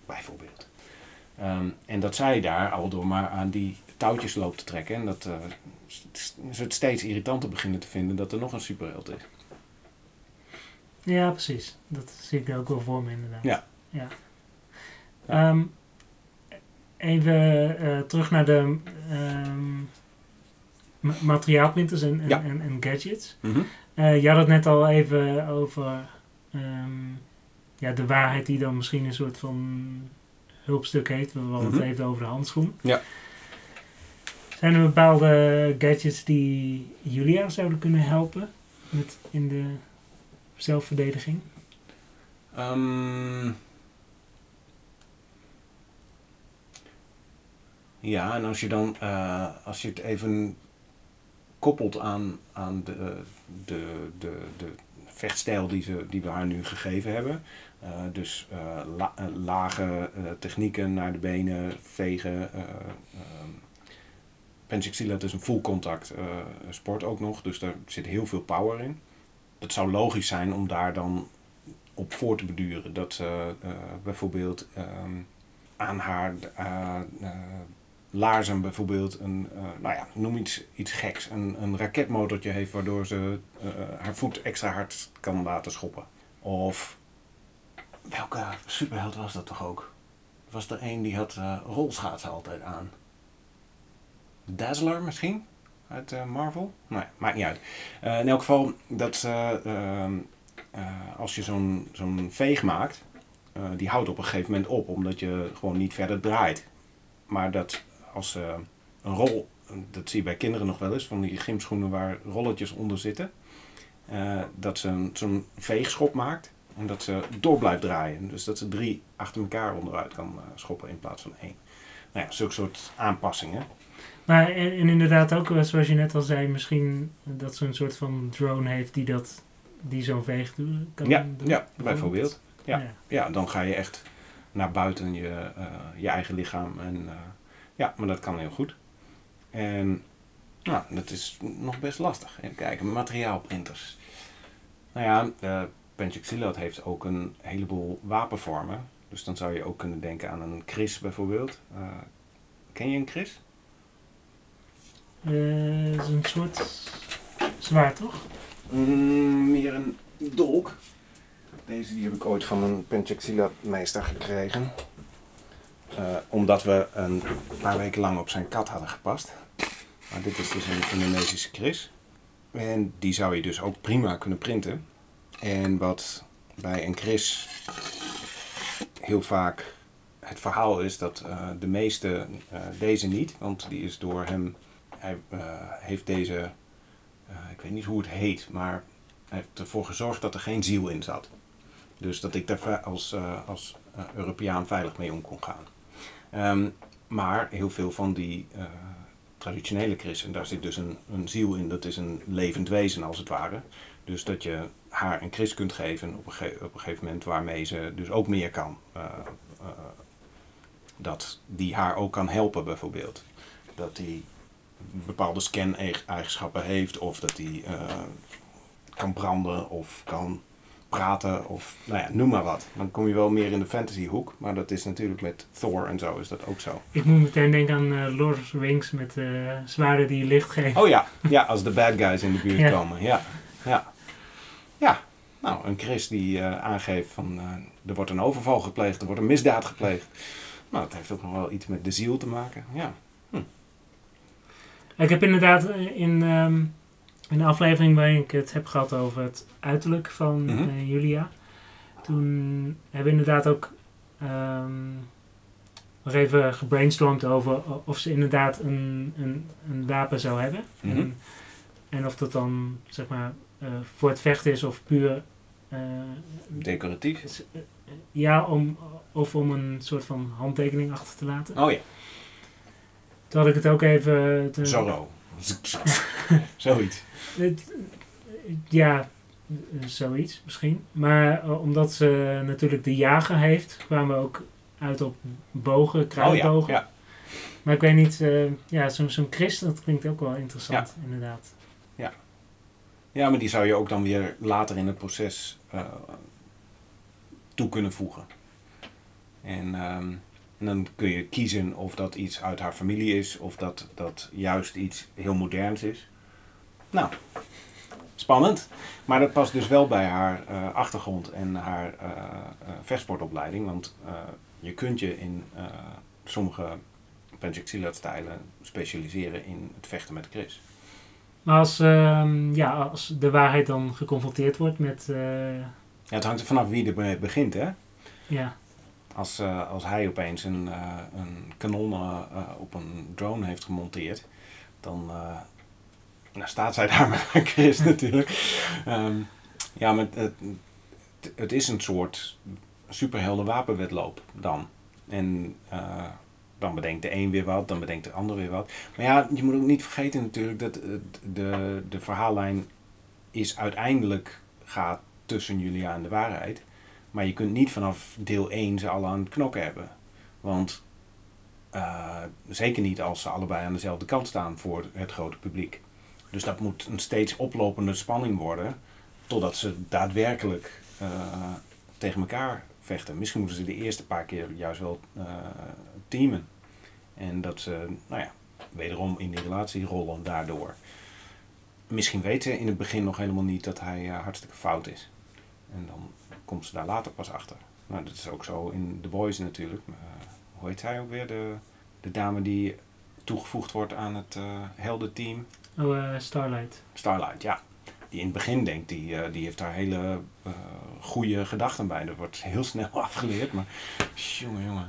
bijvoorbeeld. Um, en dat zij daar al door maar aan die touwtjes loopt te trekken. En dat uh, ze het steeds irritanter beginnen te vinden dat er nog een superheld is. Ja, precies. Dat zie ik er ook wel voor me inderdaad. Ja. ja. ja. Um, even uh, terug naar de um, ma- materiaalprinters en, en, ja. en, en gadgets. Mm-hmm. Uh, je had het net al even over um, ja, de waarheid die dan misschien een soort van hulpstuk heeft. We hadden mm-hmm. het even over de handschoen. Ja. Zijn er bepaalde gadgets die Julia zouden kunnen helpen met in de zelfverdediging? Um, ja, en als je dan uh, als je het even koppelt aan, aan de, de, de, de vechtstijl die, ze, die we haar nu gegeven hebben. Uh, dus uh, la, uh, lage uh, technieken naar de benen, vegen. Uh, uh, Pencak Silat is een full contact uh, sport ook nog, dus daar zit heel veel power in. Het zou logisch zijn om daar dan op voor te beduren. Dat ze uh, uh, bijvoorbeeld um, aan haar uh, uh, laarzen bijvoorbeeld een, uh, nou ja, noem iets, iets geks, een, een raketmotortje heeft waardoor ze uh, haar voet extra hard kan laten schoppen. Of welke superheld was dat toch ook? Er was er een die had uh, rolschaatsen altijd aan. Dazzler misschien? Uit uh, Marvel? Nee, maakt niet uit. Uh, in elk geval, dat uh, uh, uh, als je zo'n, zo'n veeg maakt, uh, die houdt op een gegeven moment op, omdat je gewoon niet verder draait. Maar dat als uh, een rol, dat zie je bij kinderen nog wel eens, van die gymschoenen waar rolletjes onder zitten, uh, dat ze een, zo'n veegschop maakt en dat ze door blijft draaien. Dus dat ze drie achter elkaar onderuit kan uh, schoppen in plaats van één. Nou ja, zulke soort aanpassingen. Maar en, en inderdaad ook, zoals je net al zei, misschien dat ze een soort van drone heeft die dat, die zo'n veeg kan ja, doen. Ja, bijvoorbeeld. bijvoorbeeld. Ja. Ja. ja, dan ga je echt naar buiten je, uh, je eigen lichaam. En, uh, ja, maar dat kan heel goed. En nou, dat is nog best lastig. Even kijken, materiaalprinters. Nou ja, uh, Pencak Silat heeft ook een heleboel wapenvormen. Dus dan zou je ook kunnen denken aan een kris bijvoorbeeld. Uh, ken je een kris? Uh, is een soort zwaard, toch? Mm, meer een dolk. Deze die heb ik ooit van een Pencak Silat meester gekregen. Uh, omdat we een paar weken lang op zijn kat hadden gepast. Maar dit is dus een Indonesische kris. En die zou je dus ook prima kunnen printen. En wat bij een kris heel vaak het verhaal is dat uh, de meeste uh, deze niet. Want die is door hem... Hij uh, heeft deze, uh, ik weet niet hoe het heet, maar hij heeft ervoor gezorgd dat er geen ziel in zat. Dus dat ik daar als, uh, als uh, Europeaan veilig mee om kon gaan. Um, maar heel veel van die uh, traditionele krissen, daar zit dus een, een ziel in, dat is een levend wezen als het ware. Dus dat je haar een kris kunt geven op een, ge- op een gegeven moment waarmee ze dus ook meer kan. Uh, uh, dat die haar ook kan helpen bijvoorbeeld. Dat die bepaalde scan-eigenschappen heeft of dat die uh, kan branden of kan praten of nou ja, noem maar wat. Dan kom je wel meer in de fantasy hoek, maar dat is natuurlijk met Thor en zo is dat ook zo. Ik moet meteen denken aan uh, Lord of the Rings met uh, zwaarden die licht geven. Oh ja, ja, als de bad guys in de buurt ja. komen. Ja, ja. Ja, nou een Chris die uh, aangeeft van uh, er wordt een overval gepleegd, er wordt een misdaad gepleegd. Nou, dat heeft ook nog wel iets met de ziel te maken, ja. Hm. Ik heb inderdaad in, um, in de aflevering waarin ik het heb gehad over het uiterlijk van mm-hmm. uh, Julia. Toen hebben we inderdaad ook um, nog even gebrainstormd over of ze inderdaad een, een, een wapen zou hebben. Mm-hmm. En, en of dat dan zeg maar uh, voor het vechten is of puur... Uh, decoratief? Uh, ja, om, of om een soort van handtekening achter te laten. Oh ja. Toen had ik het ook even... Te... Zorro. Zoiets. Het, ja, zoiets misschien. Maar uh, omdat ze natuurlijk de jager heeft, kwamen we ook uit op bogen, kruidbogen. Oh ja, ja. Maar ik weet niet, uh, ja, zo, zo'n Christ, dat klinkt ook wel interessant, ja. Inderdaad. Ja. Ja, maar die zou je ook dan weer later in het proces uh, toe kunnen voegen. En, um, en dan kun je kiezen of dat iets uit haar familie is of dat dat juist iets heel moderns is. Nou, spannend. Maar dat past dus wel bij haar uh, achtergrond en haar uh, uh, vechtsportopleiding. Want uh, je kunt je in uh, sommige Pencak Silat stijlen specialiseren in het vechten met Chris. Maar als, uh, ja, als de waarheid dan geconfronteerd wordt met... Uh... Ja, het hangt er vanaf wie ermee begint, hè? Ja. Als, uh, als hij opeens een, uh, een kanon uh, op een drone heeft gemonteerd, dan... Uh, Nou staat zij daar met Chris natuurlijk. Um, ja, maar het, het is een soort superhelden wapenwedloop dan. En uh, dan bedenkt de een weer wat, dan bedenkt de ander weer wat. Maar ja, je moet ook niet vergeten natuurlijk dat de, de verhaallijn is uiteindelijk gaat tussen Julia en de waarheid. Maar je kunt niet vanaf deel één ze alle aan het knokken hebben. Want uh, zeker niet als ze allebei aan dezelfde kant staan voor het grote publiek. Dus dat moet een steeds oplopende spanning worden, totdat ze daadwerkelijk uh, tegen elkaar vechten. Misschien moeten ze de eerste paar keer juist wel uh, teamen. En dat ze, nou ja, wederom in die relatie rollen daardoor. Misschien weet ze in het begin nog helemaal niet dat hij uh, hartstikke fout is. En dan komt ze daar later pas achter. Nou, dat is ook zo in The Boys natuurlijk. Uh, hoe heet hij ook weer? De, de dame die toegevoegd wordt aan het uh, heldenteam. Oh, uh, Starlight. Starlight, ja. Die in het begin denkt, die, uh, die heeft daar hele uh, goede gedachten bij. Dat wordt heel snel afgeleerd, maar jongen, jongen.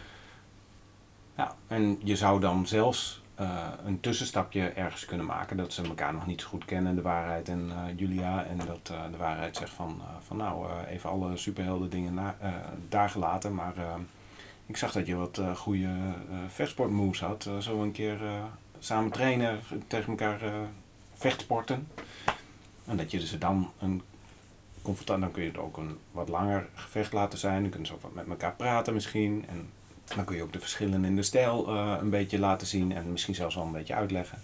Ja, en je zou dan zelfs uh, een tussenstapje ergens kunnen maken. Dat ze elkaar nog niet zo goed kennen, de waarheid en uh, Julia. En dat uh, de waarheid zegt van, uh, van nou, uh, even alle superhelden dingen na, uh, daar gelaten. Maar uh, ik zag dat je wat uh, goede uh, vechtsportmoves had. Uh, zo een keer... Uh, samen trainen, tegen elkaar uh, vechtsporten. En dat je ze dan een confrontatie, dan kun je het ook een wat langer gevecht laten zijn. Dan kunnen ze ook wat met elkaar praten misschien. En dan kun je ook de verschillen in de stijl uh, een beetje laten zien en misschien zelfs wel een beetje uitleggen.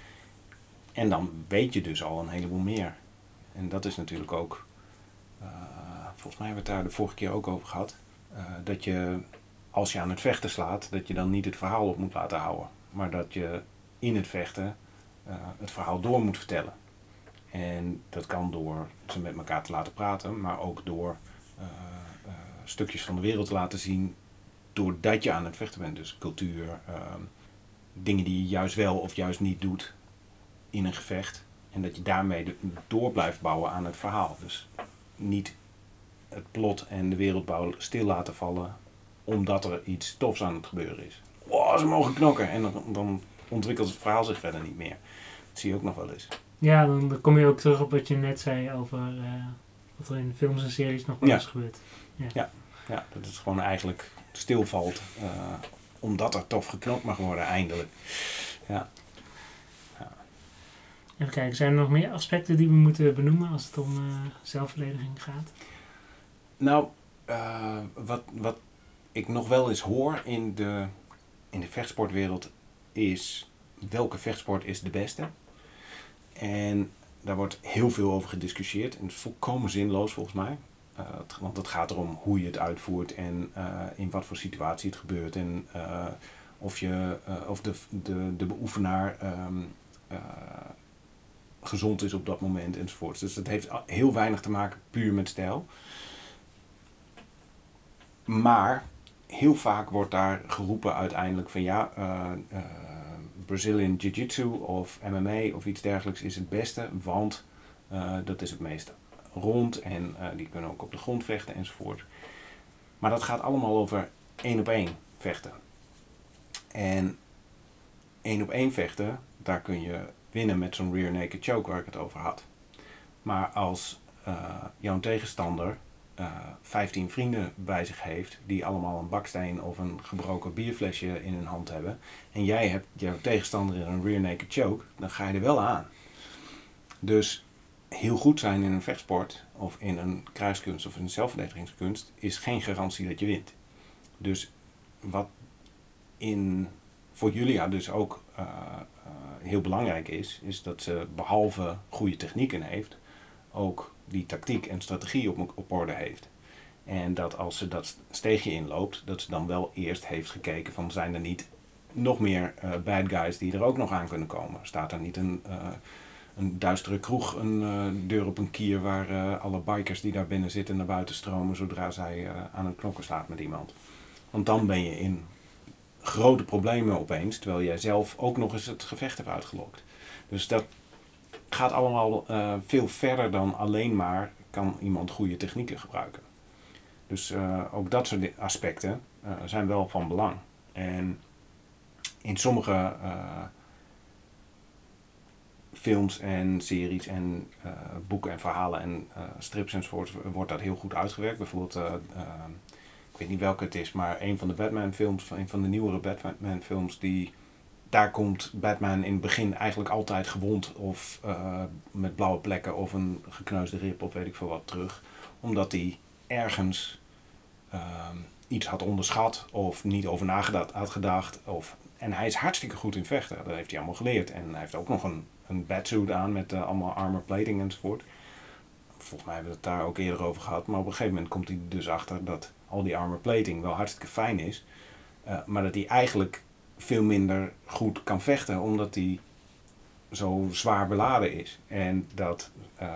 En dan weet je dus al een heleboel meer. En dat is natuurlijk ook, uh, volgens mij hebben we het daar de vorige keer ook over gehad, uh, dat je als je aan het vechten slaat, dat je dan niet het verhaal op moet laten houden. Maar dat je in het vechten uh, het verhaal door moet vertellen. En dat kan door ze met elkaar te laten praten, maar ook door uh, uh, stukjes van de wereld te laten zien, doordat je aan het vechten bent. Dus cultuur, uh, dingen die je juist wel of juist niet doet in een gevecht. En dat je daarmee de, door blijft bouwen aan het verhaal. Dus niet het plot en de wereldbouw stil laten vallen, omdat er iets tofs aan het gebeuren is. Wow, ze mogen knokken. En dan, dan ontwikkelt het verhaal zich verder niet meer. Dat zie je ook nog wel eens. Ja, dan, dan kom je ook terug op wat je net zei over uh, wat er in films en series nog wel ja. eens gebeurt. Ja. Ja. ja, dat het gewoon eigenlijk stilvalt. Uh, omdat er tof geknokt mag worden, eindelijk. Ja. ja. Even kijken, zijn er nog meer aspecten die we moeten benoemen als het om uh, zelfverdediging gaat? Nou, uh, wat, wat ik nog wel eens hoor in de, in de vechtsportwereld is welke vechtsport is de beste. En daar wordt heel veel over gediscussieerd. En het is volkomen zinloos volgens mij. Uh, het, want het gaat erom hoe je het uitvoert en uh, in wat voor situatie het gebeurt. En uh, of, je, uh, of de, de, de beoefenaar um, uh, gezond is op dat moment enzovoort. Dus dat heeft heel weinig te maken puur met stijl. Maar heel vaak wordt daar geroepen uiteindelijk van ja, uh, uh, Brazilian Jiu-Jitsu of M M A of iets dergelijks is het beste, want uh, dat is het meest rond en uh, die kunnen ook op de grond vechten enzovoort. Maar dat gaat allemaal over één op één vechten. En één op één vechten, daar kun je winnen met zo'n rear naked choke waar ik het over had. Maar als uh, jouw tegenstander uh, vijftien vrienden bij zich heeft die allemaal een baksteen of een gebroken bierflesje in hun hand hebben en jij hebt jouw tegenstander in een rear naked choke, dan ga je er wel aan. Dus heel goed zijn in een vechtsport of in een kruiskunst of in een zelfverdedigingskunst is geen garantie dat je wint. Dus wat in, voor Julia dus ook uh, uh, heel belangrijk is, is dat ze behalve goede technieken heeft, ook die tactiek en strategie op, op orde heeft. En dat als ze dat steegje inloopt, dat ze dan wel eerst heeft gekeken van zijn er niet nog meer uh, bad guys die er ook nog aan kunnen komen. Staat er niet een, uh, een duistere kroeg, een uh, deur op een kier waar uh, alle bikers die daar binnen zitten naar buiten stromen zodra zij uh, aan het knokken slaat met iemand. Want dan ben je in grote problemen opeens, terwijl jij zelf ook nog eens het gevecht hebt uitgelokt. Dus dat gaat allemaal uh, veel verder dan alleen maar kan iemand goede technieken gebruiken. Dus uh, ook dat soort aspecten uh, zijn wel van belang. En in sommige uh, films en series en uh, boeken en verhalen en uh, strips enzovoort wordt dat heel goed uitgewerkt. Bijvoorbeeld, uh, uh, ik weet niet welke het is, maar een van de Batman films, een van de nieuwere Batman films, die, daar komt Batman in het begin eigenlijk altijd gewond of uh, met blauwe plekken of een gekneusde rib of weet ik veel wat terug. Omdat hij ergens uh, iets had onderschat of niet over nagedacht had gedacht. Of, en hij is hartstikke goed in vechten, dat heeft hij allemaal geleerd. En hij heeft ook nog een, een batsuit aan met uh, allemaal armor plating enzovoort. Volgens mij hebben we het daar ook eerder over gehad. Maar op een gegeven moment komt hij dus achter dat al die armor plating wel hartstikke fijn is. Uh, maar dat hij eigenlijk veel minder goed kan vechten omdat hij zo zwaar beladen is. En dat uh,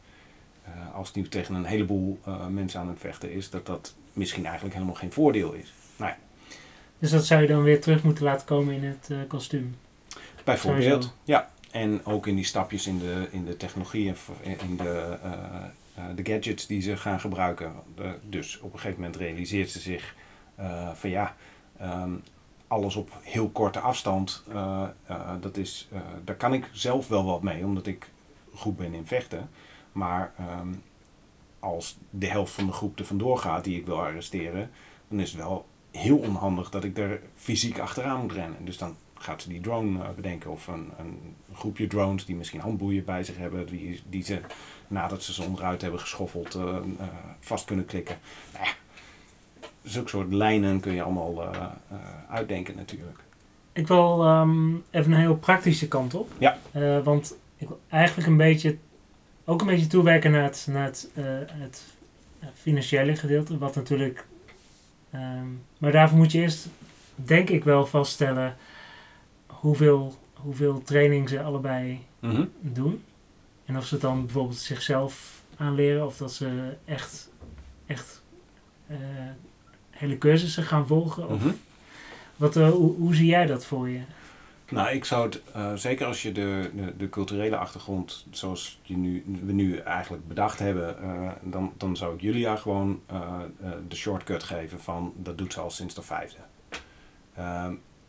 uh, als hij tegen een heleboel uh, mensen aan het vechten is, dat dat misschien eigenlijk helemaal geen voordeel is. Nou ja. Dus dat zou je dan weer terug moeten laten komen in het uh, kostuum? Bijvoorbeeld, Sowieso. ja. En ook in die stapjes in de, in de technologie en in de, uh, uh, de gadgets die ze gaan gebruiken. Uh, dus op een gegeven moment realiseert ze zich uh, van ja, um, alles op heel korte afstand, uh, uh, dat is, uh, daar kan ik zelf wel wat mee, omdat ik goed ben in vechten. Maar um, als de helft van de groep er vandoor gaat die ik wil arresteren, dan is het wel heel onhandig dat ik er fysiek achteraan moet rennen. Dus dan gaat ze die drone uh, bedenken of een, een groepje drones die misschien handboeien bij zich hebben, die, die ze nadat ze ze onderuit hebben geschoffeld uh, uh, vast kunnen klikken. Nou ja, zulke soort lijnen kun je allemaal uh, uh, uitdenken natuurlijk. Ik wil um, even een heel praktische kant op. Ja. Uh, want ik wil eigenlijk een beetje, ook een beetje toewerken naar het, naar het, uh, het financiële gedeelte. Wat natuurlijk, um, maar daarvoor moet je eerst, denk ik wel, vaststellen hoeveel, hoeveel training ze allebei Mm-hmm. doen. En of ze het dan bijvoorbeeld zichzelf aanleren of dat ze echt, echt uh, hele cursussen gaan volgen. Of Mm-hmm. wat, uh, hoe, hoe zie jij dat voor je? Nou, ik zou het, uh, zeker als je de, de, de culturele achtergrond, zoals je nu, we nu eigenlijk bedacht hebben, uh, dan, dan zou ik Julia gewoon uh, uh, de shortcut geven van, dat doet ze al sinds de vijfde. Uh,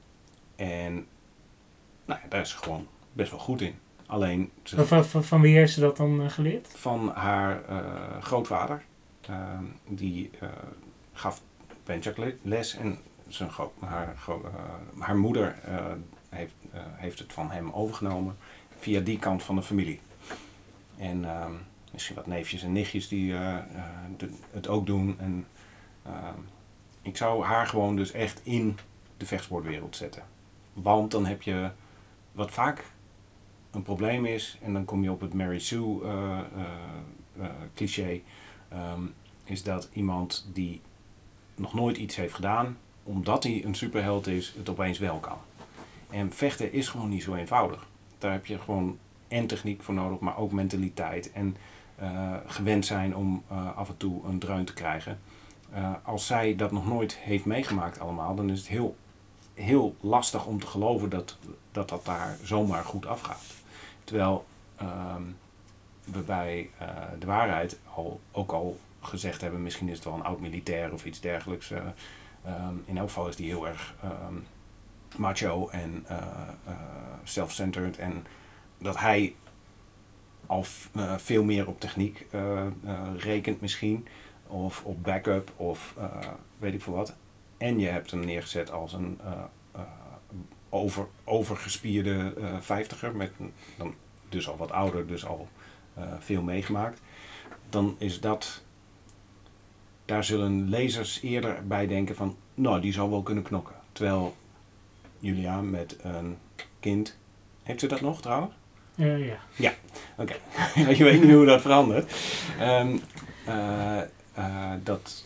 en nou, daar is ze gewoon best wel goed in. Alleen, ze, Van, van, van wie heeft ze dat dan uh, geleerd? van haar uh, grootvader, uh, die uh, gaf penchak-les en zijn gro- haar, uh, haar moeder uh, heeft, uh, heeft het van hem overgenomen via die kant van de familie. En uh, misschien wat neefjes en nichtjes die uh, uh, de, het ook doen. En, uh, ik zou haar gewoon dus echt in de vechtsportwereld zetten. Want dan heb je wat vaak een probleem is, en dan kom je op het Mary Sue uh, uh, uh, cliché, um, is dat iemand die nog nooit iets heeft gedaan, omdat hij een superheld is, het opeens wel kan. En vechten is gewoon niet zo eenvoudig. Daar heb je gewoon en techniek voor nodig, maar ook mentaliteit en uh, gewend zijn om uh, af en toe een dreun te krijgen. Uh, als zij dat nog nooit heeft meegemaakt allemaal, dan is het heel, heel lastig om te geloven dat dat, dat daar zomaar goed afgaat. Terwijl uh, we bij uh, de waarheid al, ook al gezegd hebben, misschien is het wel een oud-militair of iets dergelijks. Uh, um, in elk geval is die heel erg um, macho en uh, uh, self-centered. En dat hij al f- uh, veel meer op techniek uh, uh, rekent misschien. Of op backup of uh, weet ik veel wat. En je hebt hem neergezet als een uh, uh, over, overgespierde uh, vijftiger. Met dan dus al wat ouder, dus al uh, veel meegemaakt. Dan is dat... Daar zullen lezers eerder bij denken van, nou, die zou wel kunnen knokken. Terwijl Julia met een kind... Heeft ze dat nog trouwens? Uh, ja. Ja, oké. Okay. Je weet niet hoe dat verandert. Um, uh, uh, dat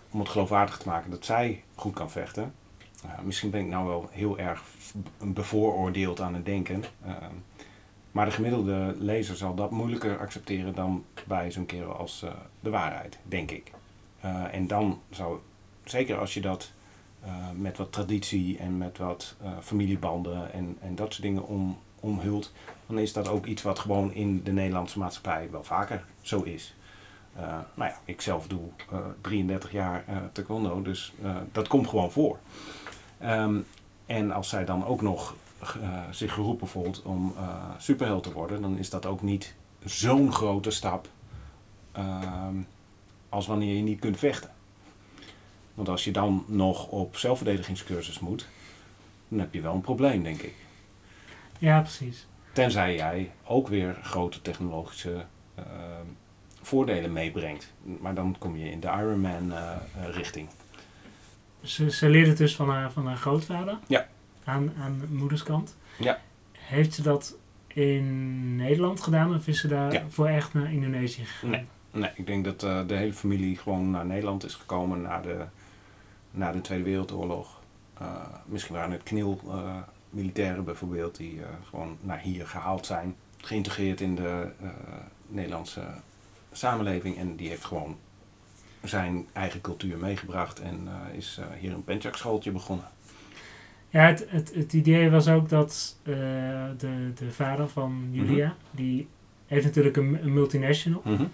om het geloofwaardig te maken dat zij goed kan vechten. Uh, misschien ben ik nou wel heel erg bevooroordeeld aan het denken. Uh, maar de gemiddelde lezer zal dat moeilijker accepteren dan bij zo'n kerel als uh, de waarheid, denk ik. Uh, en dan zou, zeker als je dat uh, met wat traditie en met wat uh, familiebanden en, en dat soort dingen om, omhult, dan is dat ook iets wat gewoon in de Nederlandse maatschappij wel vaker zo is. Uh, nou ja, ik zelf doe uh, drieëndertig jaar uh, taekwondo, dus uh, dat komt gewoon voor. Um, en als zij dan ook nog uh, zich geroepen voelt om uh, superheld te worden, dan is dat ook niet zo'n grote stap uh, als wanneer je niet kunt vechten. Want als je dan nog op zelfverdedigingscursus moet, dan heb je wel een probleem, denk ik. Ja, precies. Tenzij jij ook weer grote technologische uh, voordelen meebrengt. Maar dan kom je in de Ironman uh, uh, richting. Ze, ze leert het dus van haar, van haar grootvader? Ja. Aan, aan moederskant? Ja. Heeft ze dat in Nederland gedaan of is ze daar Ja. voor echt naar Indonesië gegaan? Nee, nee ik denk dat uh, de hele familie gewoon naar Nederland is gekomen na de, na de Tweede Wereldoorlog. Uh, misschien waren het knil uh, militairen bijvoorbeeld die uh, gewoon naar hier gehaald zijn. Geïntegreerd in de uh, Nederlandse samenleving en die heeft gewoon zijn eigen cultuur meegebracht en uh, is uh, hier een Penchak schooltje begonnen. Ja, het, het, het idee was ook dat uh, de, de vader van Julia, mm-hmm. die heeft natuurlijk een, een multinational. Mm-hmm.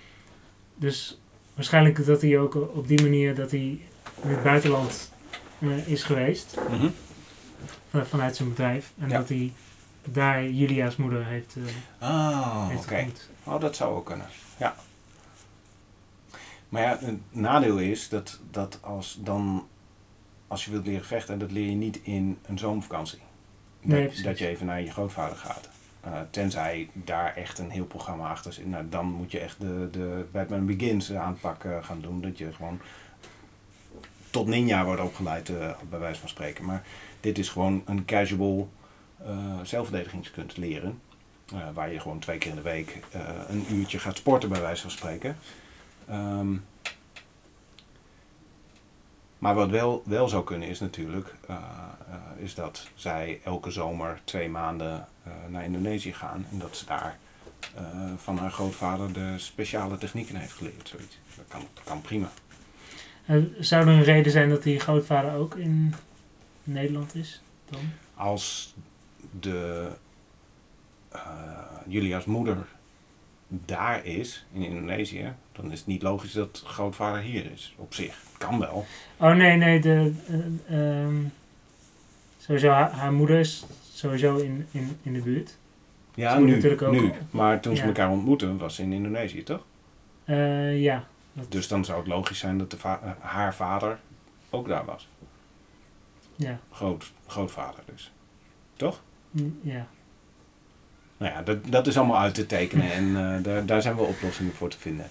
Dus waarschijnlijk dat hij ook op die manier dat hij in het buitenland uh, is geweest. Mm-hmm. Van, vanuit zijn bedrijf. En ja. dat hij daar Julia's moeder heeft, uh, oh, heeft okay. ontmoet. Oh, dat zou ook kunnen. Ja. Maar ja, het nadeel is dat, dat als, dan, als je wilt leren vechten, dat leer je niet in een zomervakantie. Nee, dat, dat je even naar je grootvader gaat. Uh, tenzij daar echt een heel programma achter zit. Nou, dan moet je echt de, de Batman Begins aanpak uh, gaan doen. Dat je gewoon tot ninja wordt opgeleid, uh, bij wijze van spreken. Maar dit is gewoon een casual uh, zelfverdedigingskunst leren. Uh, waar je gewoon twee keer in de week uh, een uurtje gaat sporten, bij wijze van spreken. Um, maar wat wel, wel zou kunnen is natuurlijk, uh, uh, is dat zij elke zomer twee maanden uh, naar Indonesië gaan. En dat ze daar uh, van haar grootvader de speciale technieken heeft geleerd. Zoiets. Dat kan, dat kan prima. Uh, zou er een reden zijn dat die grootvader ook in Nederland is dan? Als de uh, Julia's moeder daar is, in Indonesië, dan is het niet logisch dat grootvader hier is, op zich. Kan wel. Oh nee, nee, de, uh, um, sowieso haar, haar moeder is sowieso in, in, in de buurt. Ja, nu, natuurlijk ook nu. Op, maar toen ze ja. elkaar ontmoetten, was ze in Indonesië, toch? Uh, ja. Dat... Dus dan zou het logisch zijn dat de va- uh, haar vader ook daar was. Ja. Groot, grootvader dus. Toch? Mm, ja. Nou ja, dat, dat is allemaal uit te tekenen en uh, daar, daar zijn wel oplossingen voor te vinden.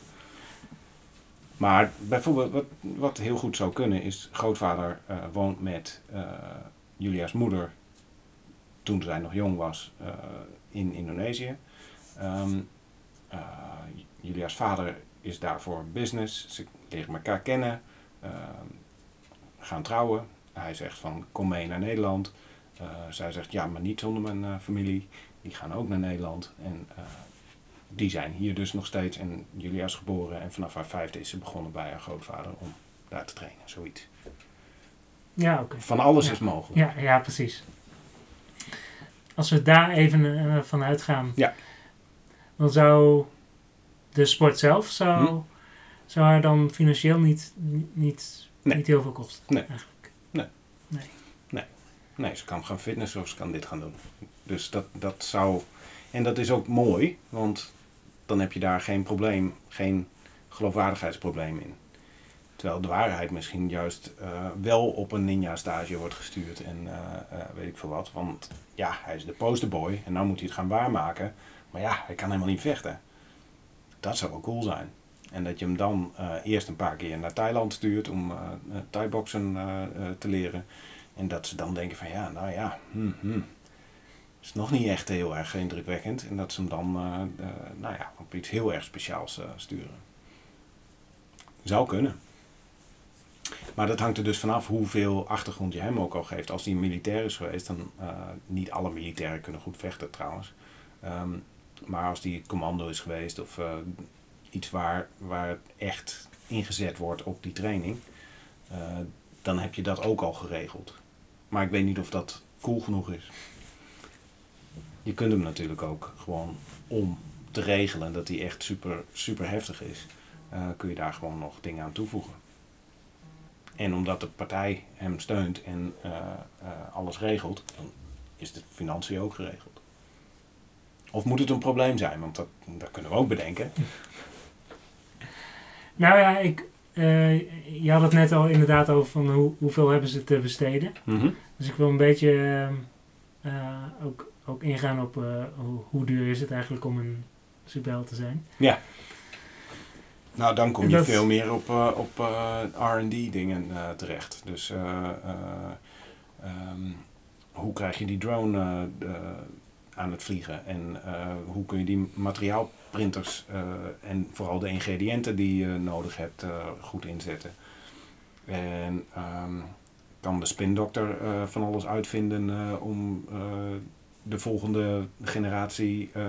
Maar bijvoorbeeld, wat, wat heel goed zou kunnen is, grootvader uh, woont met uh, Julia's moeder, toen zij nog jong was, uh, in Indonesië. Um, uh, Julia's vader is daar voor business, ze leren elkaar kennen, uh, gaan trouwen. Hij zegt van, kom mee naar Nederland. Uh, zij zegt, ja, maar niet zonder mijn uh, familie. Die gaan ook naar Nederland en uh, die zijn hier dus nog steeds. En Julia is geboren en vanaf haar vijfde is ze begonnen bij haar grootvader om daar te trainen, zoiets. Ja, oké. Okay. Van alles ja. is mogelijk. Ja, ja, precies. Als we daar even uh, van uitgaan, ja. dan zou de sport zelf, zou, hm? zou haar dan financieel niet, niet, nee. niet heel veel kosten? Nee. Eigenlijk. Nee. Nee. Nee. Nee, ze kan gaan fitnessen of ze kan dit gaan doen. Dus dat, dat zou... En dat is ook mooi, want dan heb je daar geen probleem, geen geloofwaardigheidsprobleem in. Terwijl de waarheid misschien juist uh, wel op een ninja stage wordt gestuurd en uh, uh, weet ik veel wat. Want ja, hij is de posterboy en nou moet hij het gaan waarmaken. Maar ja, hij kan helemaal niet vechten. Dat zou wel cool zijn. En dat je hem dan uh, eerst een paar keer naar Thailand stuurt om uh, uh, Thai-boksen uh, uh, te leren. En dat ze dan denken van ja, nou ja, hmm, hmm. is nog niet echt heel erg indrukwekkend. En dat ze hem dan uh, uh, nou ja, op iets heel erg speciaals uh, sturen. Zou kunnen. Maar dat hangt er dus vanaf hoeveel achtergrond je hem ook al geeft. Als hij een militair is geweest, dan uh, niet alle militairen kunnen goed vechten trouwens. Um, maar als die commando is geweest of uh, iets waar, waar het echt ingezet wordt op die training, uh, dan heb je dat ook al geregeld. Maar ik weet niet of dat cool genoeg is. Je kunt hem natuurlijk ook gewoon om te regelen dat hij echt super, super heftig is, uh, kun je daar gewoon nog dingen aan toevoegen. En omdat de partij hem steunt en uh, uh, alles regelt, dan is de financiën ook geregeld. Of moet het een probleem zijn? Want dat, dat kunnen we ook bedenken. Nou ja, ik, uh, je had het net al inderdaad over van hoe, hoeveel hebben ze te besteden. Mm-hmm. Dus ik wil een beetje uh, uh, ook, ook ingaan op uh, hoe, hoe duur is het eigenlijk om een superheld te zijn. Ja. Nou, dan kom je dat... veel meer op, uh, op uh, R en D dingen uh, terecht. Dus uh, uh, um, hoe krijg je die drone uh, uh, aan het vliegen? En uh, hoe kun je die materiaalprinters uh, en vooral de ingrediënten die je nodig hebt uh, goed inzetten? En um, kan de spindokter uh, van alles uitvinden uh, om uh, de volgende generatie uh,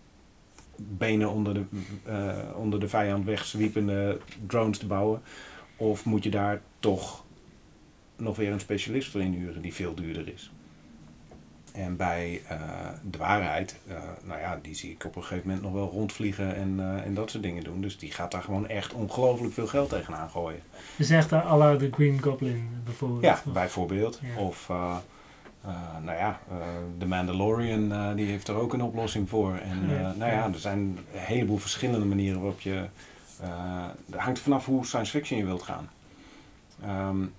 benen onder de, uh, onder de vijand wegzwiepende drones te bouwen? Of moet je daar toch nog weer een specialist voor inhuren die veel duurder is? En bij uh, de waarheid, uh, nou ja, die zie ik op een gegeven moment nog wel rondvliegen en, uh, en dat soort dingen doen. Dus die gaat daar gewoon echt ongelooflijk veel geld tegenaan gooien. Dus echt à la de Green Goblin bijvoorbeeld? Ja, bijvoorbeeld. Ja. Of, uh, uh, nou ja, uh, de Mandalorian, uh, die heeft er ook een oplossing voor. En uh, Ja. nou ja, er zijn een heleboel verschillende manieren waarop je... Uh, het hangt vanaf hoe science fiction je wilt gaan. Um,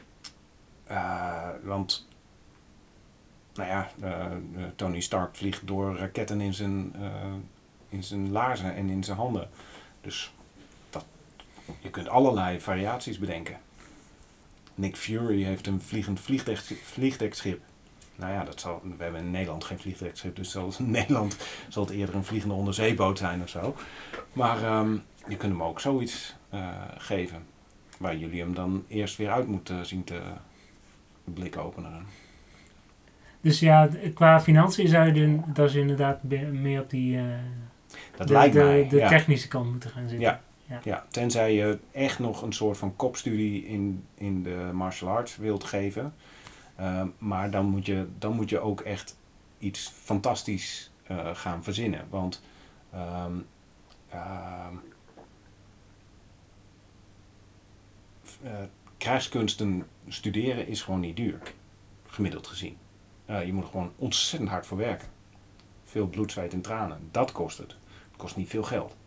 uh, want... Nou ja, uh, uh, Tony Stark vliegt door raketten in zijn, uh, in zijn laarzen en in zijn handen. Dus dat, je kunt allerlei variaties bedenken. Nick Fury heeft een vliegend vliegdek, vliegdekschip. Nou ja, dat zal, we hebben in Nederland geen vliegdekschip, dus zal, in Nederland zal het eerder een vliegende onderzeeboot zijn of zo. Maar um, je kunt hem ook zoiets uh, geven, waar jullie hem dan eerst weer uit moeten zien te blikopenen. Dus ja, qua financiën zou je de, dat is inderdaad meer op die uh, dat de, lijkt de, mij, de ja. technische kant moeten gaan zitten. Ja. Ja. Ja, tenzij je echt nog een soort van kopstudie in, in de martial arts wilt geven. Uh, maar dan moet, je, dan moet je ook echt iets fantastisch uh, gaan verzinnen. Want um, uh, uh, krijgskunsten studeren is gewoon niet duur, gemiddeld gezien. Uh, je moet er gewoon ontzettend hard voor werken. Veel bloed, zweet en tranen. Dat kost het. Het kost niet veel geld.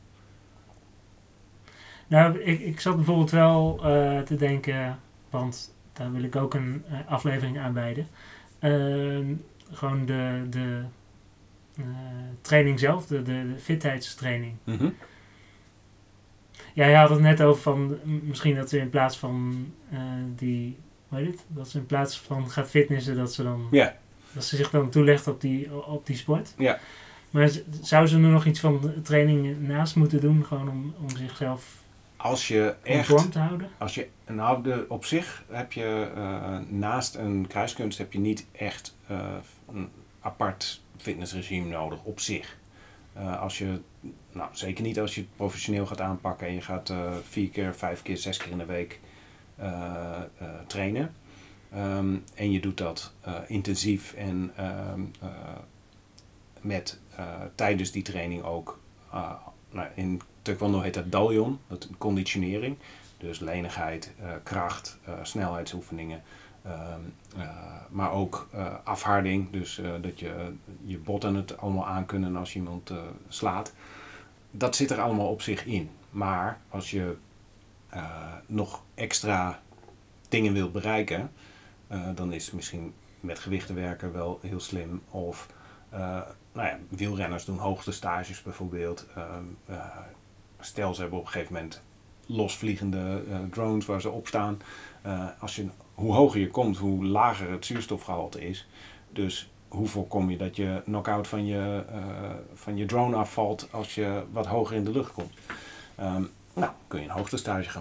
Nou, ik, ik zat bijvoorbeeld wel uh, te denken, want daar wil ik ook een uh, aflevering aan wijden. Uh, gewoon de, de uh, training zelf, de, de, de fitheidstraining. Mm-hmm. Ja, je had het net over van misschien dat ze in plaats van uh, die, hoe heet het? Dat ze in plaats van gaat fitnessen, dat ze dan Yeah. dat ze zich dan toelegt op die, op die sport. Ja. Yeah. Maar zou ze er nog iets van training naast moeten doen, gewoon om, om zichzelf Als je in echt, vorm te houden? Als je, nou, de, op zich heb je uh, naast een kruiskunst heb je niet echt uh, een apart fitnessregime nodig op zich. Uh, als je, nou, zeker niet als je het professioneel gaat aanpakken en je gaat uh, vier keer, vijf keer, zes keer in de week uh, uh, trainen. Um, en je doet dat uh, intensief en um, uh, met uh, tijdens die training ook uh, nou, in Taekwondo heet dat Daljon, dat is conditionering. Dus lenigheid, uh, kracht, uh, snelheidsoefeningen. Uh, uh, maar ook uh, afharding, dus uh, dat je je botten het allemaal aankunnen als je iemand uh, slaat. Dat zit er allemaal op zich in. Maar als je uh, nog extra dingen wilt bereiken, uh, dan is misschien met gewichten werken wel heel slim. Of uh, nou ja, wielrenners doen hoogtestages bijvoorbeeld. Uh, uh, Stel, ze hebben op een gegeven moment losvliegende uh, drones waar ze op staan. Uh, als je, hoe hoger je komt, hoe lager het zuurstofgehalte is. Dus hoe voorkom je dat je knock-out van je, uh, van je drone afvalt als je wat hoger in de lucht komt? Um, nou, kun je een hoogtestage gaan volgen.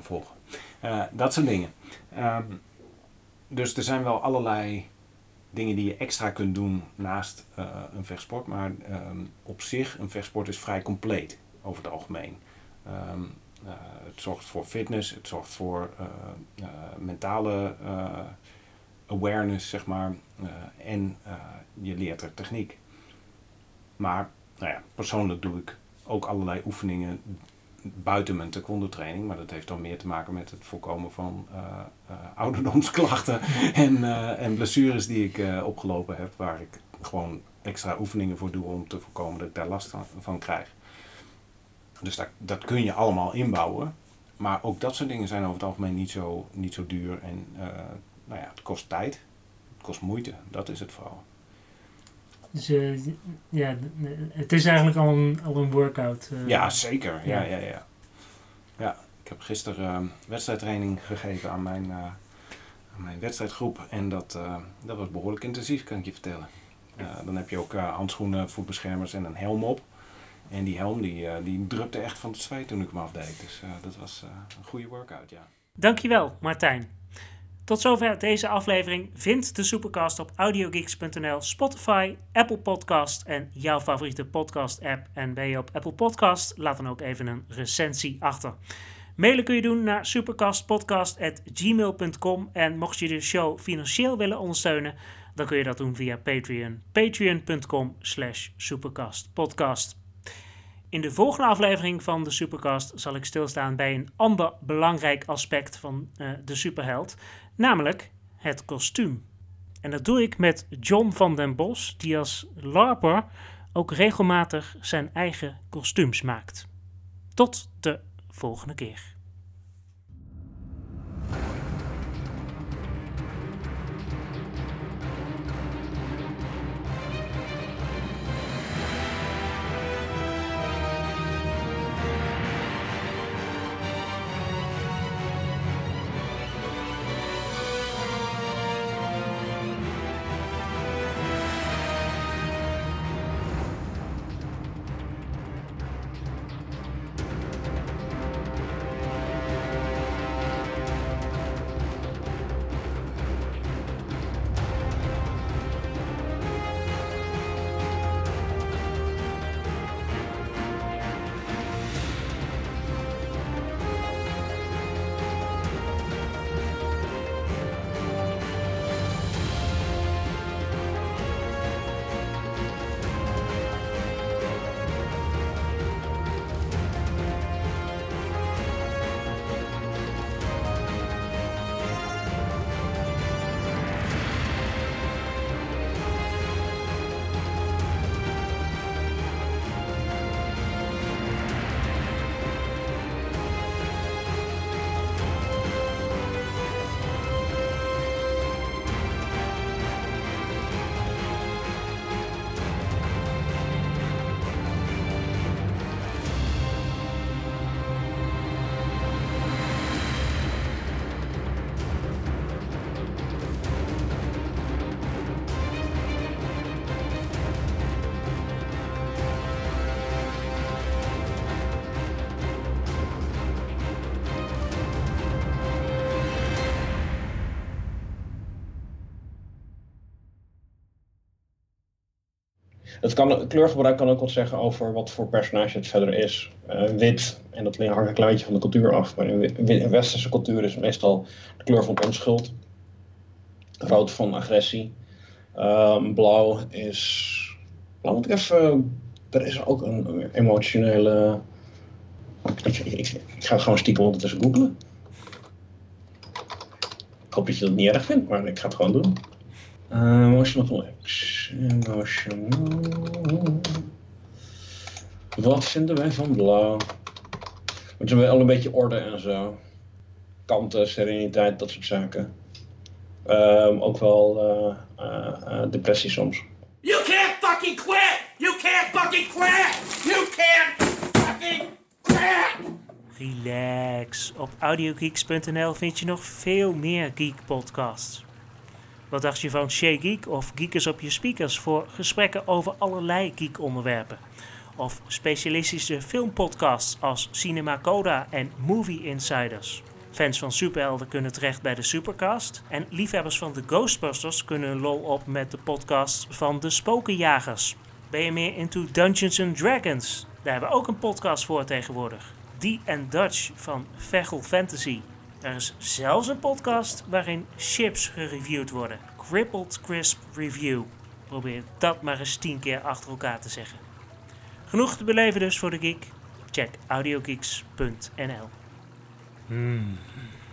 Uh, dat soort dingen. Um, dus er zijn wel allerlei dingen die je extra kunt doen naast uh, een vechtsport. Maar um, op zich, een vechtsport is vrij compleet over het algemeen. Um, uh, het zorgt voor fitness, het zorgt voor uh, uh, mentale uh, awareness, zeg maar. Uh, en uh, je leert er techniek. Maar nou ja, persoonlijk doe ik ook allerlei oefeningen buiten mijn taekwondo training. Maar dat heeft dan meer te maken met het voorkomen van uh, uh, ouderdomsklachten en, uh, en blessures die ik uh, opgelopen heb. Waar ik gewoon extra oefeningen voor doe om te voorkomen dat ik daar last van, van krijg. Dus dat, dat kun je allemaal inbouwen. Maar ook dat soort dingen zijn over het algemeen niet zo, niet zo duur. En uh, nou ja, het kost tijd. Het kost moeite. Dat is het vooral. Dus uh, ja, het is eigenlijk al een, al een workout. Uh, ja, zeker. Ja, ja, ja. ja, ik heb gisteren uh, wedstrijdtraining gegeven aan mijn, uh, aan mijn wedstrijdgroep. En dat, uh, dat was behoorlijk intensief, kan ik je vertellen. Uh, dan heb je ook uh, handschoenen, voetbeschermers en een helm op. En die helm die, uh, die drupte echt van het zweet toen ik hem afdeed. Dus uh, dat was uh, een goede workout, ja. Dankjewel, Martijn. Tot zover deze aflevering. Vind de Supercast op audiogeeks punt n l, Spotify, Apple Podcast en jouw favoriete podcast app. En ben je op Apple Podcast? Laat dan ook even een recensie achter. Mailen kun je doen naar supercastpodcast at gmail punt com. En mocht je de show financieel willen ondersteunen, dan kun je dat doen via Patreon. patreon punt com slash supercastpodcast. In de volgende aflevering van de Supercast zal ik stilstaan bij een ander belangrijk aspect van uh, de superheld, namelijk het kostuum. En dat doe ik met John van den Bos, die als LARPer ook regelmatig zijn eigen kostuums maakt. Tot de volgende keer. Het kan, kleurgebruik kan ook wat zeggen over wat voor personage het verder is. Uh, wit, en dat hangt een klein beetje van de cultuur af. Maar in, in westerse cultuur is meestal de kleur van onschuld. Rood van agressie. Um, blauw is... Blauw moet ik even... Er is ook een emotionele... Ik, ik, ik, ik ga het gewoon stiekem ondertussen googlen. Ik hoop dat je dat niet erg vindt, maar ik ga het gewoon doen. Uh, emotional X. Emotional. Wat vinden wij van blauw? Het is wel een beetje orde en zo. Kanten, sereniteit, dat soort zaken. Um, ook wel uh, uh, uh, depressie soms. You can't fucking quit! You can't fucking quit! You can't fucking quit! Relax. Op audiogeeks punt n l vind je nog veel meer geek podcasts. Wat dacht je van Shay Geek of Geekers op je speakers voor gesprekken over allerlei geek onderwerpen? Of specialistische filmpodcasts als Cinema Coda en Movie Insiders? Fans van superhelden kunnen terecht bij de Supercast. En liefhebbers van de Ghostbusters kunnen hun lol op met de podcast van de Spokenjagers. Ben je meer into Dungeons and Dragons? Daar hebben we ook een podcast voor tegenwoordig. Die and Dutch van Vechel Fantasy. Er is zelfs een podcast waarin chips gereviewd worden. Crippled Crisp Review. Probeer dat maar eens tien keer achter elkaar te zeggen. Genoeg te beleven dus voor de geek. Check audiogeeks punt n l. Hmm.